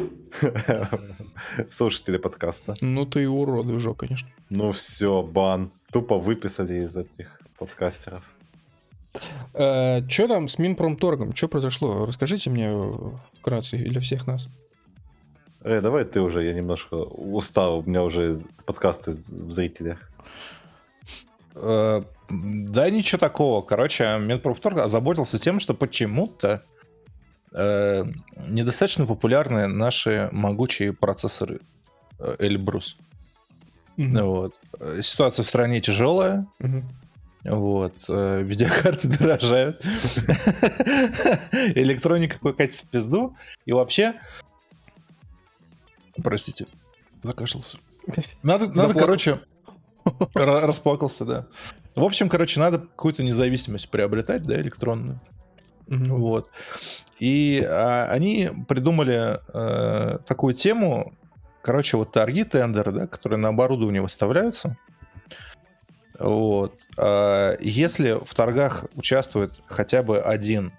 Слушатели подкаста. Ну ты и урод, движок, конечно. Ну все, бан. Тупо выписали из этих подкастеров. Что там с Минпромторгом? Что произошло? Расскажите мне вкратце и для всех нас. Давай ты уже, я немножко устал, у меня уже подкасты в зрителях. Да ничего такого. Короче, Минпромторг озаботился тем, что почему-то недостаточно популярны наши могучие процессоры Эльбрус. Вот. Ситуация в стране тяжелая. Вот. Видеокарты дорожают. Электроника катится в пизду. И вообще... Простите, закашлялся. Надо короче... Расплакался, да. В общем, короче, надо какую-то независимость приобретать, да, электронную. Вот. И они придумали такую тему, короче, вот торги, тендеры, да, которые на оборудование выставляются. Вот. Если в торгах участвует хотя бы один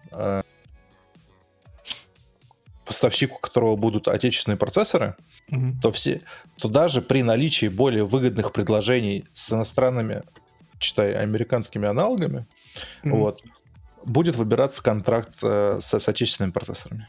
поставщик, у которого будут отечественные процессоры, то даже при наличии более выгодных предложений с иностранными, читай, американскими аналогами, вот, будет выбираться контракт с отечественными процессорами.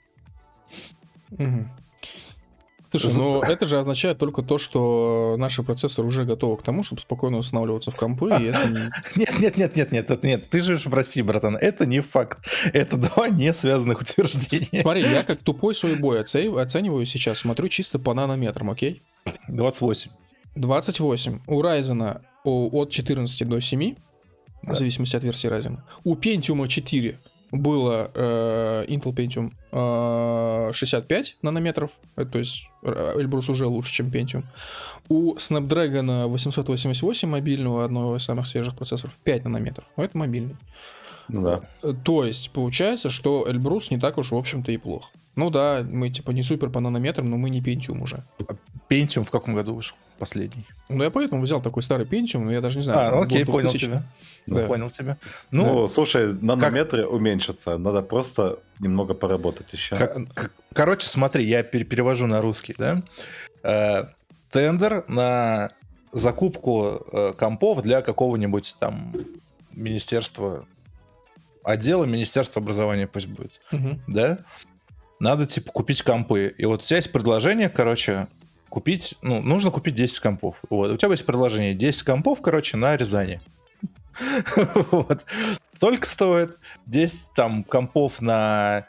Слушай, ну это же означает только то, что наши процессоры уже готовы к тому, чтобы спокойно устанавливаться в компы. И это Нет, ты живешь в России, братан. Это не факт. Это два не связанных утверждения. Смотри, я как тупой соебой оцениваю сейчас, смотрю чисто по нанометрам, окей? 28. 28. У Ryzen от 14 до 7, в зависимости от версии Ryzen. У Pentium 4 было Intel Pentium 65 нанометров, то есть Эльбрус уже лучше, чем Pentium. У Snapdragon 888 мобильного, одного из самых свежих процессоров, 5 нанометров. Но это мобильный. Ну да. То есть получается, что Эльбрус не так уж, в общем-то, и плох. Ну да, мы типа не супер по нанометрам, но мы не Pentium уже. Pentium в каком году вышел? Последний. Ну я поэтому взял такой старый Pentium, но я даже не знаю. Окей, год понял 2000. тебя. Да. Понял тебя. Ну, слушай, нанометры уменьшатся. Надо просто немного поработать еще. Короче, смотри, я перевожу на русский, да? тендер на закупку компов для какого-нибудь там министерства, отдела Министерства образования пусть будет, да? Надо, типа, купить компы. И вот у тебя есть предложение, короче, купить, ну, нужно купить 10 компов. Вот. У тебя есть предложение 10 компов, короче, на Рязани. Вот. Только стоит 10 там компов на,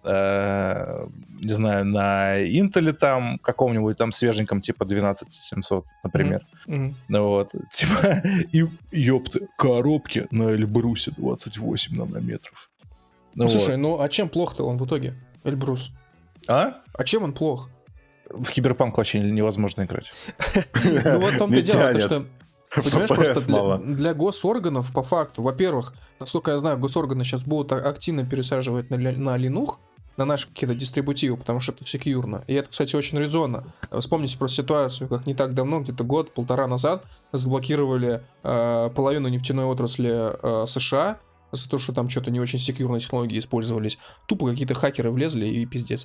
не знаю, на Intel там, каком-нибудь там свеженьком, типа 12700, например. Вот. Типа, и, ёпты, коробки на Эльбрусе 28 нанометров. Слушай, ну а чем плох-то он в итоге, Эльбрус? А чем он плох? В Киберпанк вообще невозможно играть. Ну вот в том-то и дело, что, понимаешь, просто для госорганов, по факту, во-первых, насколько я знаю, госорганы сейчас будут активно пересаживать на Linux, на наши какие-то дистрибутивы, потому что это секьюрно. И это, кстати, очень резонно. Вспомните просто ситуацию, как не так давно, где-то год-полтора назад, заблокировали половину нефтяной отрасли США, за то, что там что-то не очень секьюрные технологии использовались. Тупо какие-то хакеры влезли и пиздец.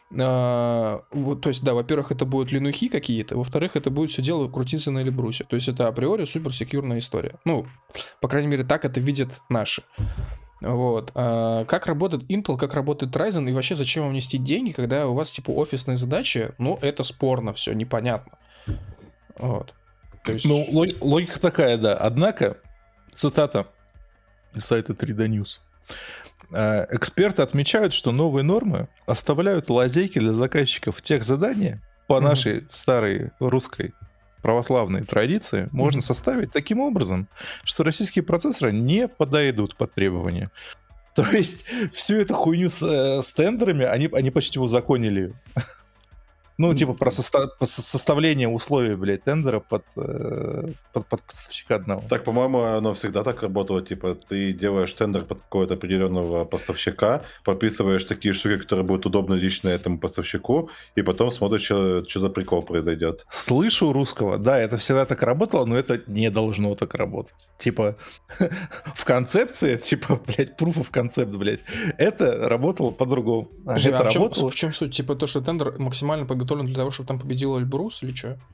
Вот, то есть, да, во-первых, это будут линухи какие-то, во-вторых, это будет все дело крутиться на Эльбрусе. То есть это априори супер секьюрная история. Ну, по крайней мере, так это видят наши. Вот. Как работает Intel, как работает Ryzen, и вообще зачем вам нести деньги, когда у вас, типа, офисные задачи, ну, это спорно все, непонятно. Вот. То есть... Ну, логика такая, да. Однако, цитата сайта 3D News. Эксперты отмечают, что новые нормы оставляют лазейки для заказчиков тех заданий по нашей старой русской православной традиции можно составить таким образом, что российские процессоры не подойдут под требования. То есть всю эту хуйню с тендерами они почти узаконили. Ну, типа, про составление условий, блядь, тендера под поставщика одного. Так, по-моему, оно всегда так работало. Типа, ты делаешь тендер под какого-то определенного поставщика, подписываешь такие штуки, которые будут удобны лично этому поставщику, и потом смотришь, что за прикол произойдет. Слышу русского, да, это всегда так работало, но это не должно так работать. Типа, в концепции, типа, блядь, proof of concept, блядь, это работало по-другому. В чем суть? Типа, то, что тендер максимально подготовлен для того, чтобы там победил Эльбрус или что?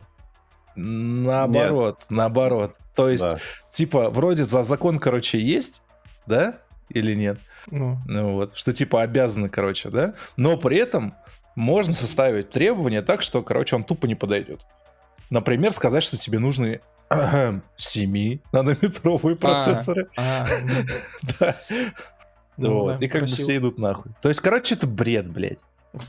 Наоборот. То есть, типа, вроде за закон, короче, есть, да? Или нет? Ну вот, что типа обязаны, короче, да? Но при этом можно составить требования так, что, короче, он тупо не подойдет. Например, сказать, что тебе нужны 7-нанометровые процессоры. Да. И как бы все идут нахуй. То есть, короче, это бред, блядь.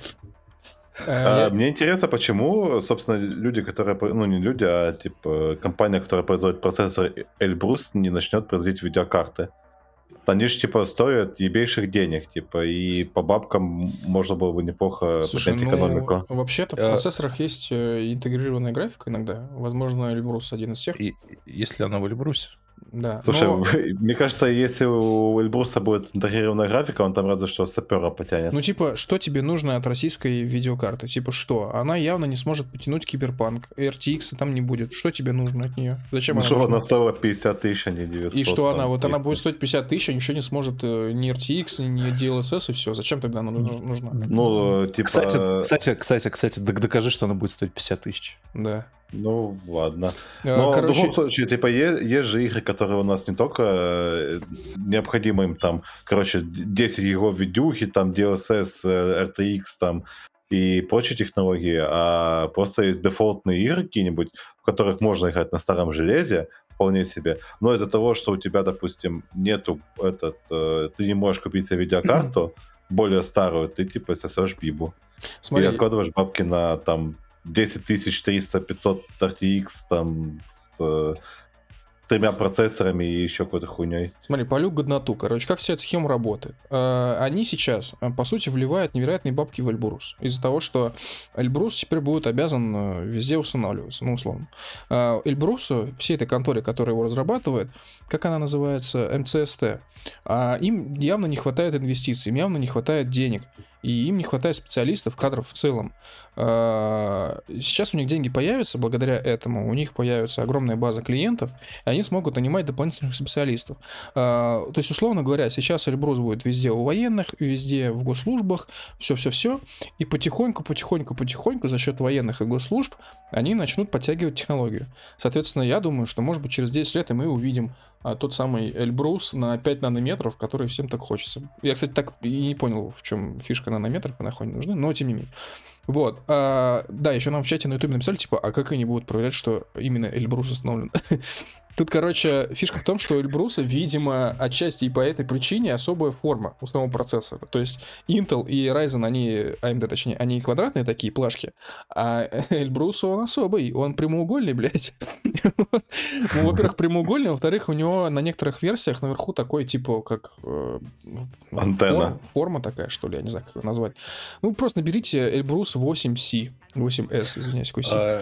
Мне интересно, почему, собственно, люди, которые, ну не люди, а типа компания, которая производит процессор Эльбрус, не начнет производить видеокарты. Они же типа стоят ебейших денег, типа, и по бабкам можно было бы неплохо поднять экономику. Вообще-то в процессорах есть интегрированная графика иногда. Возможно, Эльбрус один из тех. Если она в Эльбрусе. Да. Слушай, мне кажется, если у Эльбруса будет интегрированная графика, он там разве что сапера потянет. Ну, типа, что тебе нужно от российской видеокарты? Типа, что? Она явно не сможет потянуть Киберпанк. RTX там не будет. Что тебе нужно от нее? Зачем она нужна? Она стоила 50 тысяч, а не 900. И что она? Вот она будет стоить 50 тысяч, а ничего не сможет ни RTX, ни DLSS, и все. Зачем тогда она нужна? Ну, типа... Кстати, докажи, что она будет стоить 50 тысяч. Да. Ну, ладно. Но в любом случае, типа, есть же игры, которые у нас не только необходимо им там, короче, 10 его видюхи, там, DLSS, RTX, там, и прочие технологии, а просто есть дефолтные игры какие-нибудь, в которых можно играть на старом железе, вполне себе. Но из-за того, что у тебя, допустим, нету ты не можешь купить себе видеокарту более старую, ты, типа, сосешь бибу. Смотри. И откладываешь бабки на, там, 10 300, 500 RTX там с 3 процессорами и еще какой-то хуйней. Смотри, полю годноту. Короче, как вся эта схема работает? Они сейчас, по сути, вливают невероятные бабки в Эльбрус. Из-за того, что Эльбрус теперь будет обязан везде устанавливаться, ну, условно. Эльбрусу, всей этой конторе, которая его разрабатывает, как она называется, МЦСТ, им явно не хватает инвестиций, им явно не хватает денег. и им не хватает специалистов, кадров в целом. Сейчас у них деньги появятся благодаря этому, у них появится огромная база клиентов, и они смогут нанимать дополнительных специалистов. То есть, условно говоря, сейчас Эльбрус будет везде у военных, везде в госслужбах, все-все-все, и потихоньку за счет военных и госслужб они начнут подтягивать технологию. Соответственно, я думаю, что, может быть, через 10 лет и мы увидим тот самый Эльбрус на 5 нанометров, который всем так хочется. Я, кстати, так и не понял, в чем фишка нанометров, и нахуй не нужны, но тем не менее. Вот. Да, еще нам в чате на ютубе написали, типа, а как они будут проверять, что именно Эльбрус установлен? Тут, короче, фишка в том, что у Эльбруса, видимо, отчасти и по этой причине особая форма у самого процессора. То есть Intel и Ryzen, они, AMD точнее, они квадратные такие плашки, а Эльбрус, он особый, он прямоугольный, блядь. Ну, во-первых, прямоугольный, во-вторых, у него на некоторых версиях наверху такой, типа, как... Антенна. Форма такая, что ли, я не знаю, как ее назвать. Ну, просто наберите Эльбрус 8C. 8S, извиняюсь, какой C.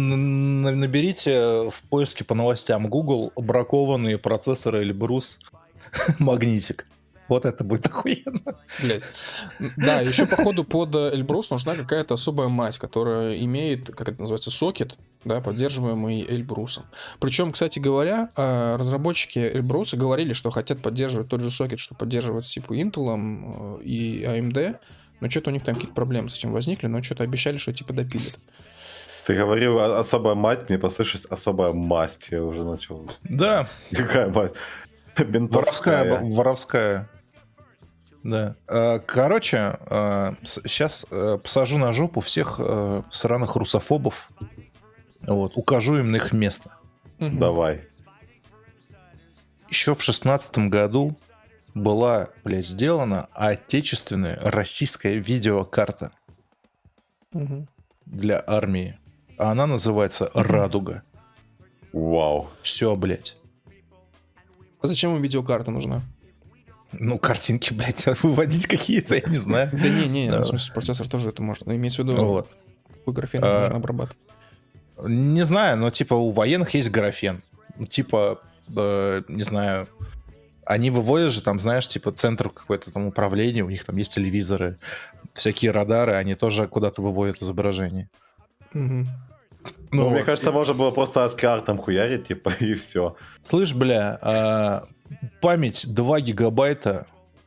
Наберите в поиске по новостям Google бракованные процессоры Эльбрус магнитик. Вот это будет охуенно. Блять. Да, еще походу под Эльбрус нужна какая-то особая мать, которая имеет, как это называется, сокет, да, поддерживаемый Эльбрусом. Причем, кстати говоря, разработчики Эльбруса говорили, что хотят поддерживать тот же сокет, что поддерживается типа Intel и AMD, но что-то у них там какие-то проблемы с этим возникли, но что-то обещали, что типа допилят. Ты говорил особая мать, мне послышалась особая масть. Я уже начал... Да. Какая мать? Воровская. Да. Короче, сейчас посажу на жопу всех сраных русофобов. Вот, укажу им на их место. Давай. Еще в 16-м году была, блядь, сделана отечественная российская видеокарта для армии. Она называется «Радуга». Вау. Все, блядь. А зачем им видеокарта нужна? Ну, картинки, блядь, выводить какие-то, я не знаю. Да не, в смысле, процессор тоже это может. Имеется в виду, вот. Какой графен можно обрабатывать? Не знаю, но типа у военных есть графен. Типа, не знаю, они выводят же там, знаешь, типа центр какой-то там управления, у них там есть телевизоры, всякие радары, они тоже куда-то выводят изображение. Ну, мне кажется, можно было просто ASCII там хуярить, типа, и все. Слышь, бля, память 2 гигабайта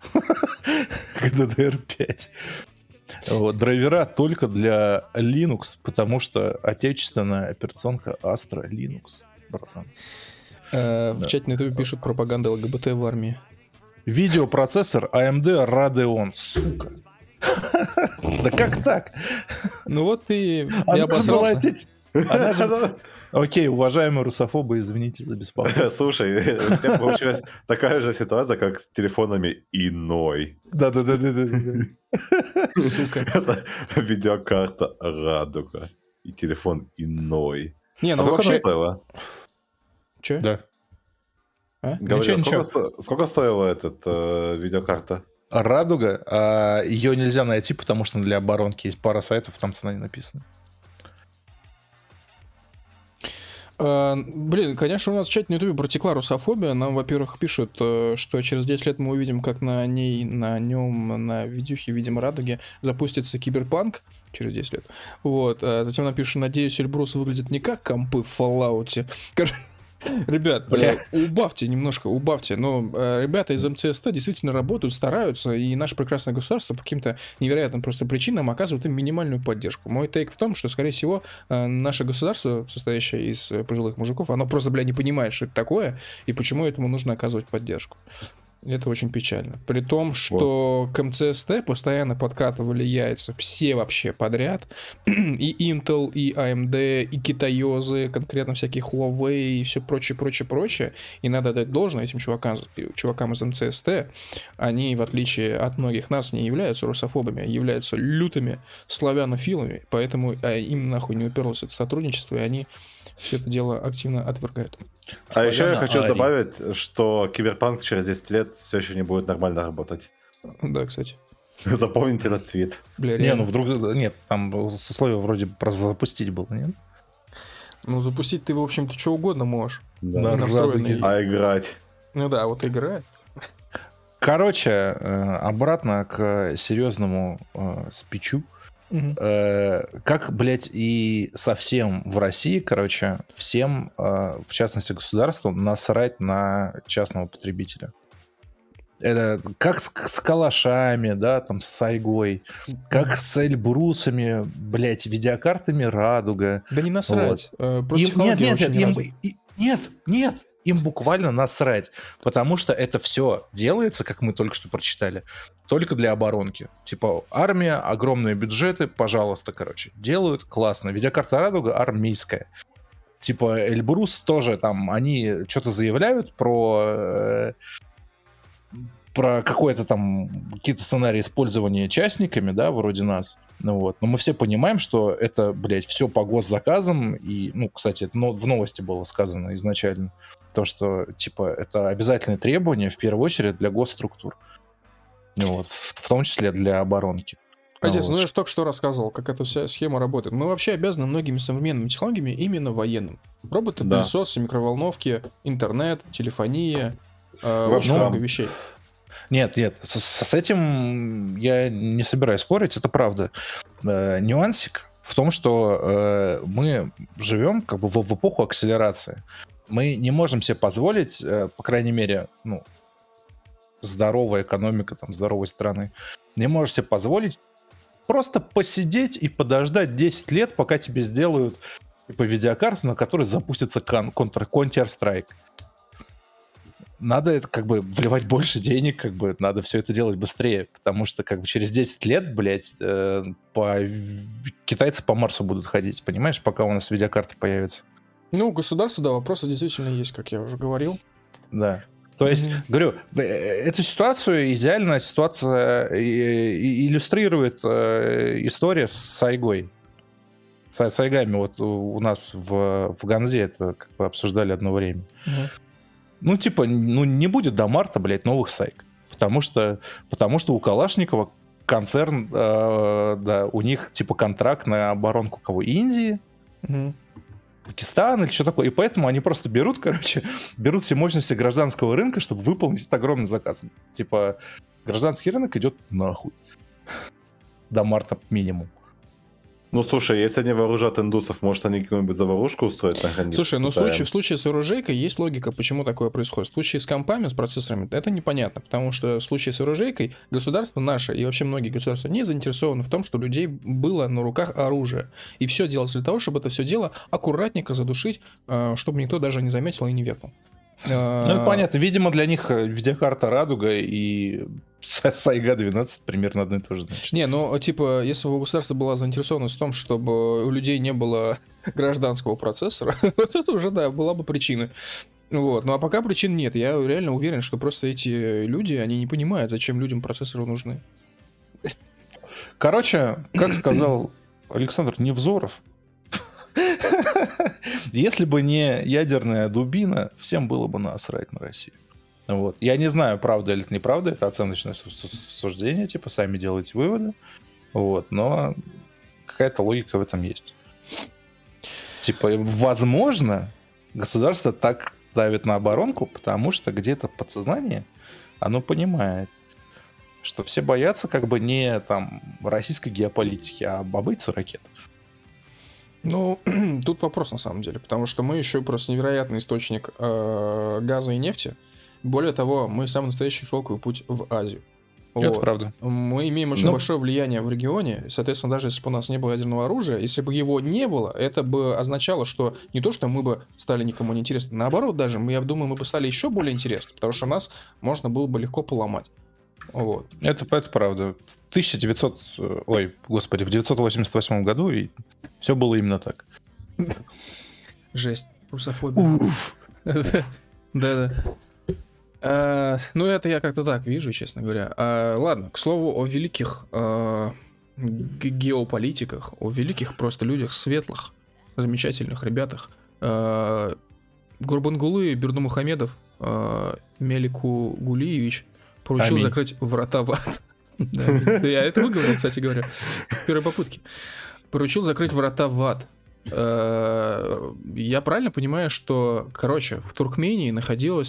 GDDR5. Вот, драйвера только для Linux, потому что отечественная операционка Astra Linux, братан. В чате на YouTube пишут пропаганда ЛГБТ в армии. Видеопроцессор AMD Radeon, сука. Да как так? Ну вот и я обосрался. Она же... Окей, уважаемые русофобы, извините за беспокойство. Слушай, у тебя получилась такая же ситуация, как с телефонами иной. Да-да-да. Сука. Это видеокарта Радуга и телефон иной. Не, ну сколько вообще... стоило? Че? Да. Говорю, сколько стоила эта видеокарта? Радуга, ее нельзя найти, потому что для оборонки есть пара сайтов, там цена не написана. Блин, конечно, у нас в чате на ютубе протекла русофобия. Нам, во-первых, пишут, что через 10 лет мы увидим, как на нем, на видюхе, видимо, Радуге запустится Киберпанк через 10 лет. Вот. Затем напишут, надеюсь, Эльбрус выглядит не как компы в Fallout. Ребят, убавьте немножко, убавьте. Но ребята из МЦСТ действительно работают, стараются, и наше прекрасное государство по каким-то невероятным просто причинам оказывает им минимальную поддержку. Мой тейк в том, что, скорее всего, наше государство, состоящее из пожилых мужиков, оно просто, не понимает, что это такое, и почему этому нужно оказывать поддержку. Это очень печально. При том, что к МЦСТ постоянно подкатывали яйца все вообще подряд. И Intel, и AMD, и китаёзы, конкретно всякие Huawei и все прочее. И надо дать должное этим чувакам из МЦСТ. Они, в отличие от многих нас, не являются русофобами, а являются лютыми славянофилами. Поэтому им нахуй не уперлось это сотрудничество, и они все это дело активно отвергают. А еще я хочу добавить, что Киберпанк через 10 лет все еще не будет нормально работать. Да, кстати. Запомните этот твит. Бля, не, ну вдруг... Нет, там условия вроде про запустить было, нет? Ну, запустить ты, в общем-то, что угодно можешь. Да, а играть? Ну да, вот играть. Короче, обратно к серьезному спичу. Как, блядь, и совсем в России, короче, всем, в частности государству, насрать на частного потребителя. Это как с калашами, да, там, с Сайгой, как с Эльбрусами, блядь, видеокартами Радуга. Да не насрать. Вот. Просто технология очень не развита. Нет, им буквально насрать, потому что это все делается, как мы только что прочитали, только для оборонки. Типа армия, огромные бюджеты, пожалуйста, короче, делают классно. Видеокарта Радуга армейская. Типа Эльбрус тоже там, они что-то заявляют про какой-то там какие-то сценарии использования частниками, да, вроде нас. Ну вот. Но мы все понимаем, что это, блядь, все по госзаказам. И, ну, кстати, это в новости было сказано изначально. То, что, типа, это обязательное требование, в первую очередь, для госструктур. Ну вот. В том числе для оборонки. Отец, Вот. ну я же только что рассказывал, как эта вся схема работает. Мы вообще обязаны многими современными технологиями именно военным. Роботы, Да. пылесосы, микроволновки, интернет, телефония, очень много вещей. Нет, с этим я не собираюсь спорить, это правда. Нюансик в том, что мы живем как бы в эпоху акселерации. Мы не можем себе позволить, по крайней мере, ну, здоровая экономика там, здоровой страны, не можешь себе позволить просто посидеть и подождать 10 лет, пока тебе сделают типа видеокарту, на которой запустится Counter-Strike. Надо это как бы вливать больше денег, как бы надо все это делать быстрее, потому что как бы через 10 лет, блядь, китайцы по Марсу будут ходить, понимаешь, пока у нас видеокарта появится. Ну, у государства, да, вопросы действительно есть, как я уже говорил. Да. То есть, говорю, эту ситуацию, идеальная ситуация иллюстрирует история с Сайгой. С Сайгами вот у нас в Ганзе это как бы обсуждали одно время. Ну, типа, ну, не будет до марта, блядь, новых Сайг. Потому что у Калашникова концерн, да, у них, типа, контракт на оборонку кого? Индии? Пакистан или что такое. И поэтому они просто берут, короче, берут все мощности гражданского рынка, чтобы выполнить этот огромный заказ. Типа, гражданский рынок идет нахуй. До марта минимум. Ну, слушай, если они вооружат индусов, может, они какую-нибудь заварушку устроят на границе? Слушай, ну в случае с оружейкой есть логика, почему такое происходит. В случае с компами, с процессорами, это непонятно, потому что в случае с оружейкой государство наше и вообще многие государства не заинтересованы в том, что у людей было на руках оружие. И все делается для того, чтобы это все дело аккуратненько задушить, чтобы никто даже не заметил и не векнул. Ну, понятно. Видимо, для них видеокарта Радуга и Сайга 12 примерно одно и то же значит. Не, ну, типа, если бы у государства была заинтересованность в том, чтобы у людей не было гражданского процессора, вот это уже, да, была бы причина. Вот. Ну, а пока причин нет. Я реально уверен, что просто эти люди, они не понимают, зачем людям процессоры нужны. Короче, как сказал Александр Невзоров, если бы не ядерная дубина, всем было бы насрать на Россию. Вот. Я не знаю, правда или неправда, это оценочное суждение, типа, сами делайте выводы. Вот. Но какая-то логика в этом есть. Типа, возможно, государство так давит на оборонку, потому что где-то подсознание, оно понимает, что все боятся как бы не там российской геополитики, а бабыцы ракет. Ну, тут вопрос на самом деле, потому что мы еще просто невероятный источник газа и нефти. Более того, мы самый настоящий шелковый путь в Азию. Это правда. Мы имеем очень большое влияние в регионе. Соответственно, даже если бы у нас не было ядерного оружия, если бы его не было, это бы означало, что не то, что мы бы стали никому не интересны, наоборот, даже, я думаю, мы бы стали еще более интересны, потому что нас можно было бы легко поломать. Вот. Это правда. В 988 году и все было именно так. Жесть. Русофобия. Да-да. Ну, это я как-то так вижу, честно говоря. Ладно, к слову о великих геополитиках, о великих просто людях, светлых, замечательных ребятах. Гурбангулы Бердумухамедов, Мелику Гулиевич поручил закрыть врата в ад. Я это выговорил, кстати говоря, в первой попытке. Поручил закрыть врата в ад. Я правильно понимаю, что, короче, в Туркмении находилось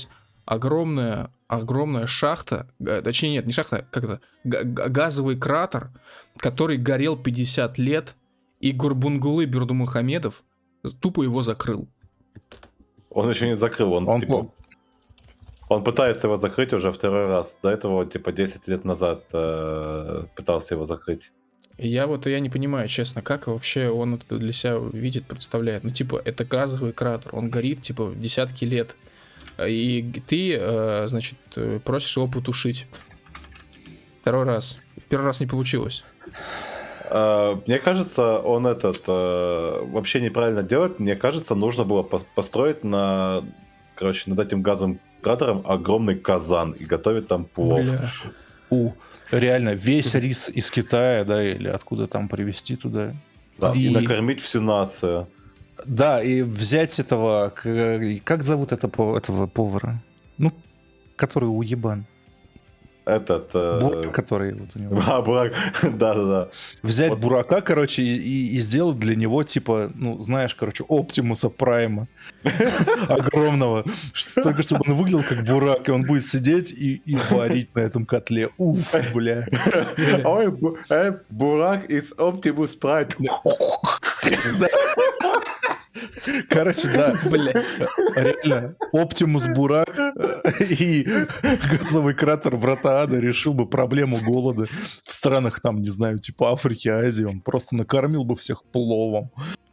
огромная шахта, точнее нет, не шахта, как это, газовый кратер, который горел 50 лет, и Гурбангулы Бердымухамедов тупо его закрыл. Он еще не закрыл, он пытается его закрыть уже второй раз. До этого, типа, 10 лет назад пытался его закрыть. Я не понимаю, честно, как вообще он это для себя видит, представляет. Ну, типа, это газовый кратер, он горит, типа, десятки лет. И ты, значит, просишь его потушить. Второй раз. В первый раз не получилось. Мне кажется, он вообще неправильно делает. Мне кажется, нужно было построить над этим газовым кратером огромный казан и готовить там плов. Реально, весь рис из Китая, да, или откуда там привезти туда. Да, и накормить всю нацию. Да, и взять этого... Как зовут этого повара? Ну, который уебан. Бурак, который вот у него. Бурак, да. Взять Бурака, короче, и сделать для него, типа, ну, знаешь, короче, Оптимуса Прайма. Огромного. Только чтобы он выглядел как Бурак, и он будет сидеть и варить на этом котле. Уф, бля. Ой, Бурак из Оптимус Прайм. Короче, да, бля, реально, Оптимус Бурак и газовый кратер Врата Ада решил бы проблему голода в странах, там, не знаю, типа Африки, Азии. Он просто накормил бы всех пловом.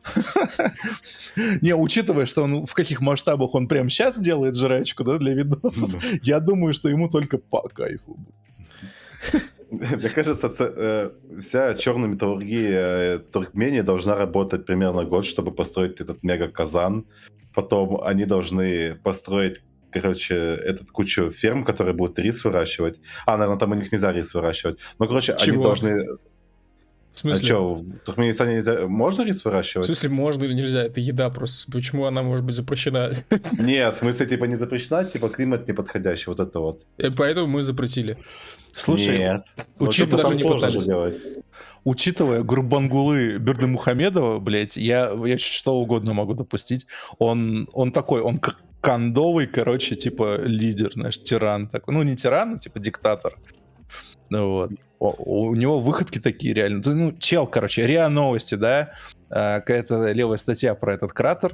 Не, учитывая, что он в каких масштабах он прямо сейчас делает жрачку, да, для видосов, я думаю, что ему только по кайфу. Мне кажется, вся черная металлургия Туркмении должна работать примерно год, чтобы построить этот мега-казан. Потом они должны построить, кучу ферм, которые будут рис выращивать. Наверное, там у них нельзя рис выращивать. Ну, короче, чего? Они должны... В смысле? А что, в Туркменистане нельзя... Можно рис выращивать? В смысле, можно или нельзя? Это еда просто. Почему она может быть запрещена? Нет, в смысле, типа, не запрещена, типа, климат неподходящий, вот это вот. И поэтому мы запретили. Слушай, нет. Учитывая, даже не пытались. Учитывая Гурбангулы Бердымухамедова, блядь, я что угодно могу допустить. Он такой, он как кондовый, короче, типа лидер, знаешь, тиран такой. Ну, не тиран, а типа диктатор. Вот. У него выходки такие реально. Ну, чел, короче, РИА Новости, да? Какая-то левая статья про этот кратер.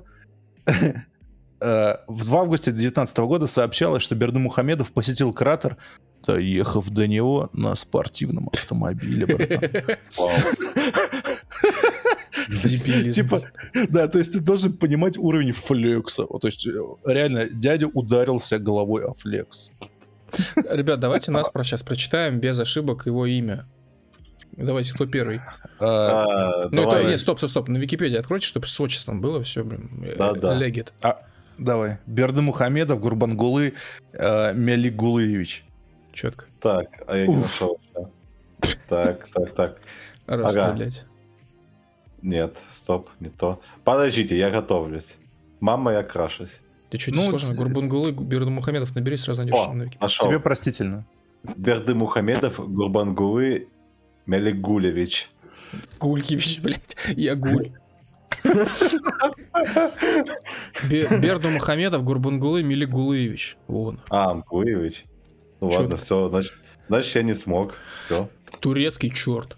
В августе 2019 года сообщалось, что Бердымухамедов посетил кратер, доехав до него на спортивном автомобиле, братан. Типа, да, то есть ты должен понимать уровень флекса. То есть реально дядя ударился головой о флекс. Ребят, давайте нас сейчас прочитаем без ошибок его имя. Давайте, кто первый? Нет, стоп. На Википедии откройте, чтобы с отчеством было все, блин. Да. Легит. Давай. Бердымухамедов Гурбангулы Мелигулыевич. Четко. Так, а я не нашел. Так. Расстрелять. Нет, стоп, не то. Подождите, я готовлюсь. Мама, я крашусь. Ты что, сложно? Гурбангулы Бердымухамедов набери, сразу найдешь на Википедии. Тебе простительно. Бердымухамедов Гурбангулы Мелигулевич. Гулькевич, блядь. Я гуль. Бердымухамедов Гурбангулы Мелигулыевич. Вон. Мгулевич. Ну Чё ладно, все, значит я не смог. Все. Турецкий черт.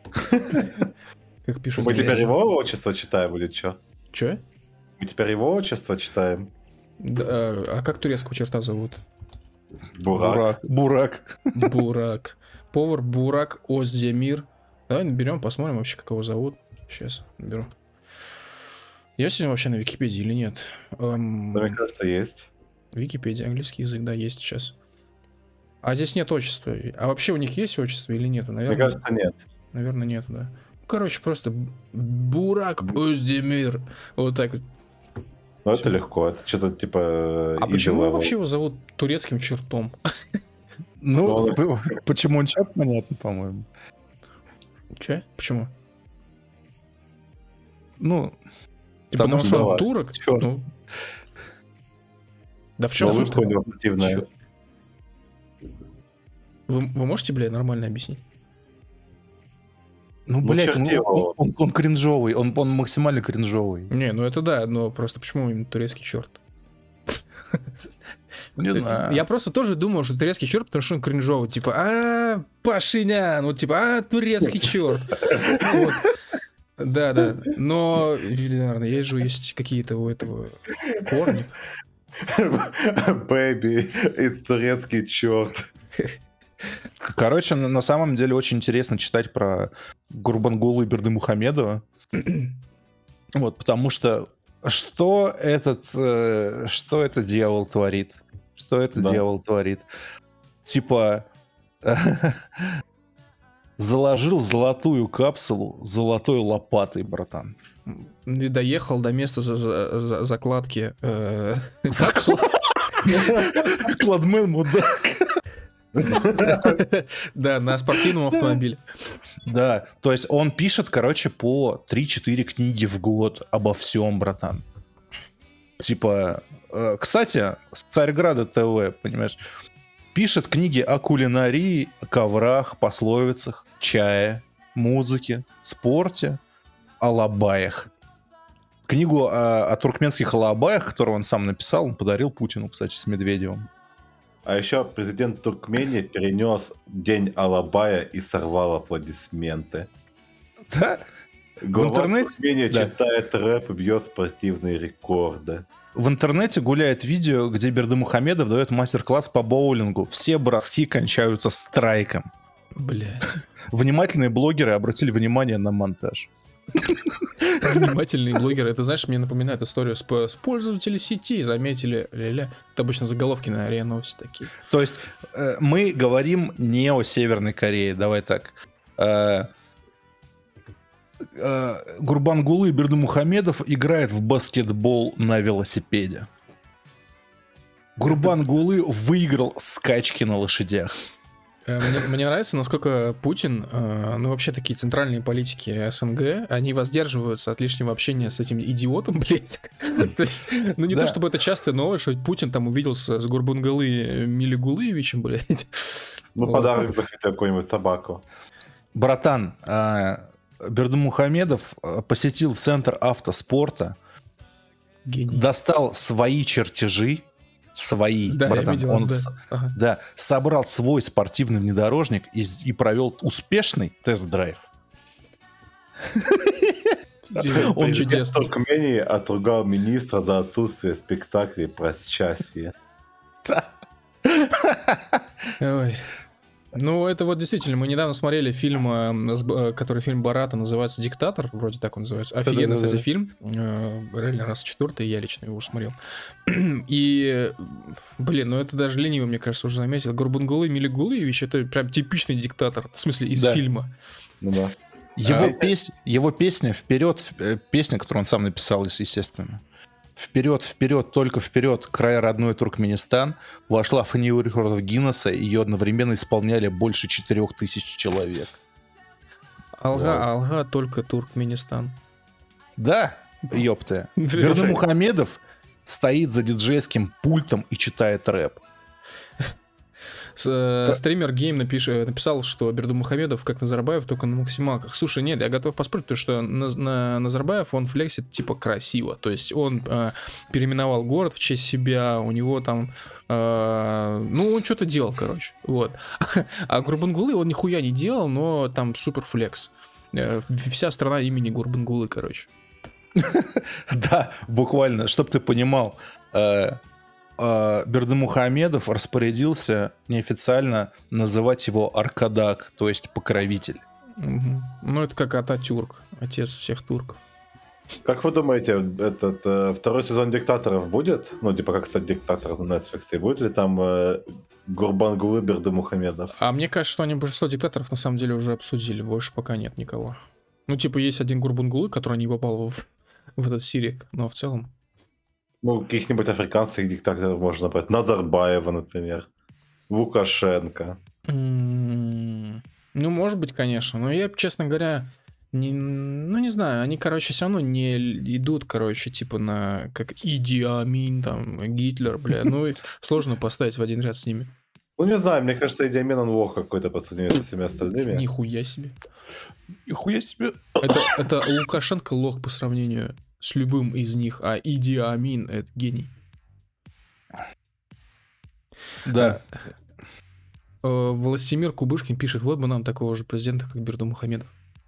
Как пишут. Мы теперь его отчество читаем или что? Че? Мы теперь его отчество читаем. А как турецкого черта зовут? Бурак. Бурак. Повар Бурак Оздемир. Давай наберем, посмотрим вообще, как его зовут. Сейчас наберу. Есть сегодня вообще на Википедии или нет? Мне кажется, есть. Википедия, английский язык, да, есть сейчас. А здесь нет отчества. А вообще у них есть отчество или нет? Наверное, мне кажется, нет. Наверное, нет, да. Короче, просто Бурак Оздемир. Вот так вот. Ну, это легко. Это что-то типа... А почему вообще его зовут турецким чертом? Ну, почему он черт, понятно, по-моему. Че? Почему? Ну... Потому что он турок? Да в чем суть? Вы можете, блядь, нормально объяснить? Ну, блядь, он кринжовый, он максимально кринжовый. Не, ну это да, но просто почему именно турецкий черт? Не знаю. Я просто тоже думал, что турецкий черт, потому что он кринжовый. Типа, Пашинян, вот типа, турецкий черт. Вот. Да. Но, наверное, есть какие-то у этого корни. Бэби, из турецкий черт. Короче, на самом деле очень интересно читать про Гурбангулы Бердымухамедова. Вот, потому что что этот дьявол творит? Что это дьявол творит? Типа заложил золотую капсулу золотой лопатой, братан. И доехал до места закладки капсул. Кладмен мудак. Да, на спортивном автомобиле. Да, то есть он пишет, короче, по 3-4 книги в год обо всем, братан. Типа, кстати, с Царьграда ТВ, понимаешь, пишет книги о кулинарии, коврах, пословицах, чае, музыке, спорте, алабаях. Книгу о туркменских алабаях, которую он сам написал, он подарил Путину, кстати, с Медведевым. А еще президент Туркмении перенес День Алабая и сорвал аплодисменты. Да? Глава В интернете Туркмении читает рэп и бьет спортивные рекорды. В интернете гуляет видео, где Бердымухамедов дает мастер-класс по боулингу. Все броски кончаются страйком. Блядь. Внимательные блогеры обратили внимание на монтаж. Внимательные блогеры. Это, знаешь, мне напоминает историю с пользователей сети. Заметили, это обычно заголовки на РИА Новости такие. То есть мы говорим не о Северной Корее. Давай так. Гурбангулы Бердымухамедов играет в баскетбол на велосипеде. Гурбангулы выиграл скачки на лошадях. Мне нравится, насколько Путин, ну вообще такие центральные политики СНГ, они воздерживаются от лишнего общения с этим идиотом, блядь. То есть, ну не то чтобы это частая новость, что Путин там увиделся с Гурбангулы Милигулыевичем, блядь. Ну подарок захотел какую-нибудь собаку. Братан, Бердымухамедов посетил центр автоспорта, достал свои чертежи, да, братан, я видел, он собрал свой спортивный внедорожник и провел успешный тест-драйв. Он чудесный. В Туркмении отругал министра за отсутствие спектаклей про счастье. Ой. Ну, это вот действительно, мы недавно смотрели фильм, который фильм Барата называется «Диктатор», вроде так он называется. Офигенный, кстати, фильм. Реально раз 4-й, я лично его уже смотрел. И, блин, ну это даже ленивый, мне кажется, уже заметил. Гурбангулы Милигулыевич — это прям типичный диктатор, в смысле, из фильма. Ну да. Его песня «Вперед», песня, которую он сам написал, естественно. «Вперед, вперед, только вперед, край родной Туркменистан» вошла в книгу рекордов Гиннесса, ее одновременно исполняли больше 4000 человек. Алга, только Туркменистан. Да, ёпта. Бердымухамедов стоит за диджейским пультом и читает рэп. Стример Гейм написал, что Бердымухамедов как Назарбаев, только на максималках. Слушай, нет, я готов поспорить, потому что Назарбаев, он флексит типа красиво. То есть он переименовал город в честь себя, у него там... ну, он что-то делал, короче. Вот. А Гурбангулы он нихуя не делал, но там супер флекс. Вся страна имени Гурбангулы, короче. Да, буквально, чтоб ты понимал... Бердымухамедов распорядился неофициально называть его Аркадак, то есть покровитель. Угу. Ну, это как Ататюрк, отец всех турков. Как вы думаете, этот второй сезон «Диктаторов» будет? Ну, типа, как стать диктатором на Netflix? И будет ли там Гурбангулы Бердымухамедов? А мне кажется, что они большинство диктаторов на самом деле уже обсудили. Больше пока нет никого. Ну, типа, есть один Гурбангулы, который не попал в этот сирик, но в целом... Ну, каких-нибудь африканских диктаторов можно брать. Назарбаева, например. Лукашенко. Ну, может быть, конечно. Но я, честно говоря, не знаю. Они, короче, все равно не идут, короче, типа на... Как Иди Амин, там, Гитлер, бля. Ну, сложно поставить в один ряд с ними. Ну, не знаю. Мне кажется, Иди Амин, он лох какой-то по сравнению со всеми остальными. Нихуя себе. Нихуя себе. Это Лукашенко лох по сравнению... с любым из них, а Иди Амин — это гений. Да. Властимир Кубышкин пишет: вот бы нам такого же президента, как Бердымухамедов.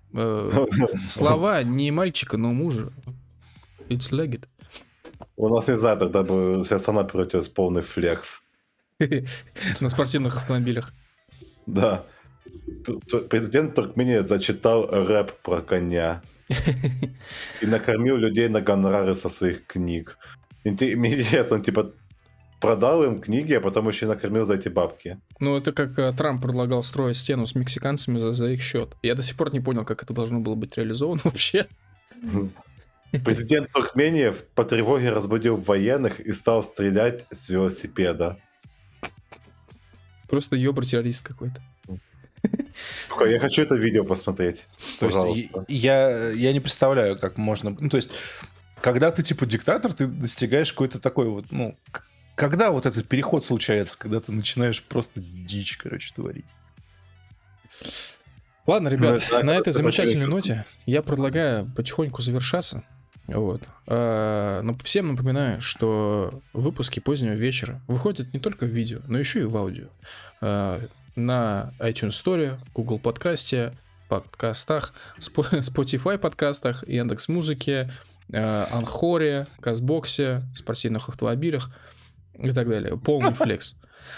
Слова не мальчика, но мужа. It's like it. У нас, не знаю, тогда бы вся страна превратилась в полный флекс. На спортивных автомобилях. Да. Президент Туркмении зачитал рэп про коня. И накормил людей на гонорары со своих книг. Мне интересно, он типа продал им книги, а потом еще и накормил за эти бабки. Ну, это как Трамп предлагал строить стену с мексиканцами за их счет. Я до сих пор не понял, как это должно было быть реализовано вообще. Президент Туркмении по тревоге разбудил военных и стал стрелять с велосипеда. Просто ёбр-террорист какой-то. Я хочу это видео посмотреть. То есть я не представляю, как можно... Ну, то есть, когда ты типа диктатор, ты достигаешь какой-то такой вот, ну... Когда вот этот переход случается, когда ты начинаешь просто дичь, короче, творить? Ладно, ребят, на этой замечательной ноте я предлагаю потихоньку завершаться. Вот. Но всем напоминаю, что выпуски позднего вечера выходят не только в видео, но еще и в аудио. На iTunes Store, Google подкасте, подкастах, Spotify подкастах, Яндекс.Музыке, Анхоре, Казбоксе, спортивных автомобилях и так далее. Полный флекс.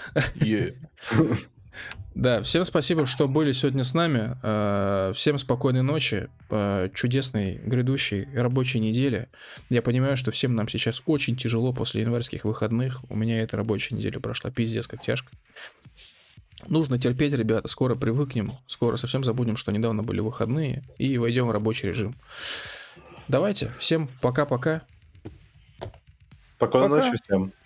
Да, всем спасибо, что были сегодня с нами. Всем спокойной ночи, чудесной грядущей рабочей недели. Я понимаю, что всем нам сейчас очень тяжело после январских выходных. У меня эта рабочая неделя прошла пиздец как тяжко. Нужно терпеть, ребята, скоро привыкнем, скоро совсем забудем, что недавно были выходные, и войдем в рабочий режим. Давайте, всем пока-пока. Спокойной ночи всем.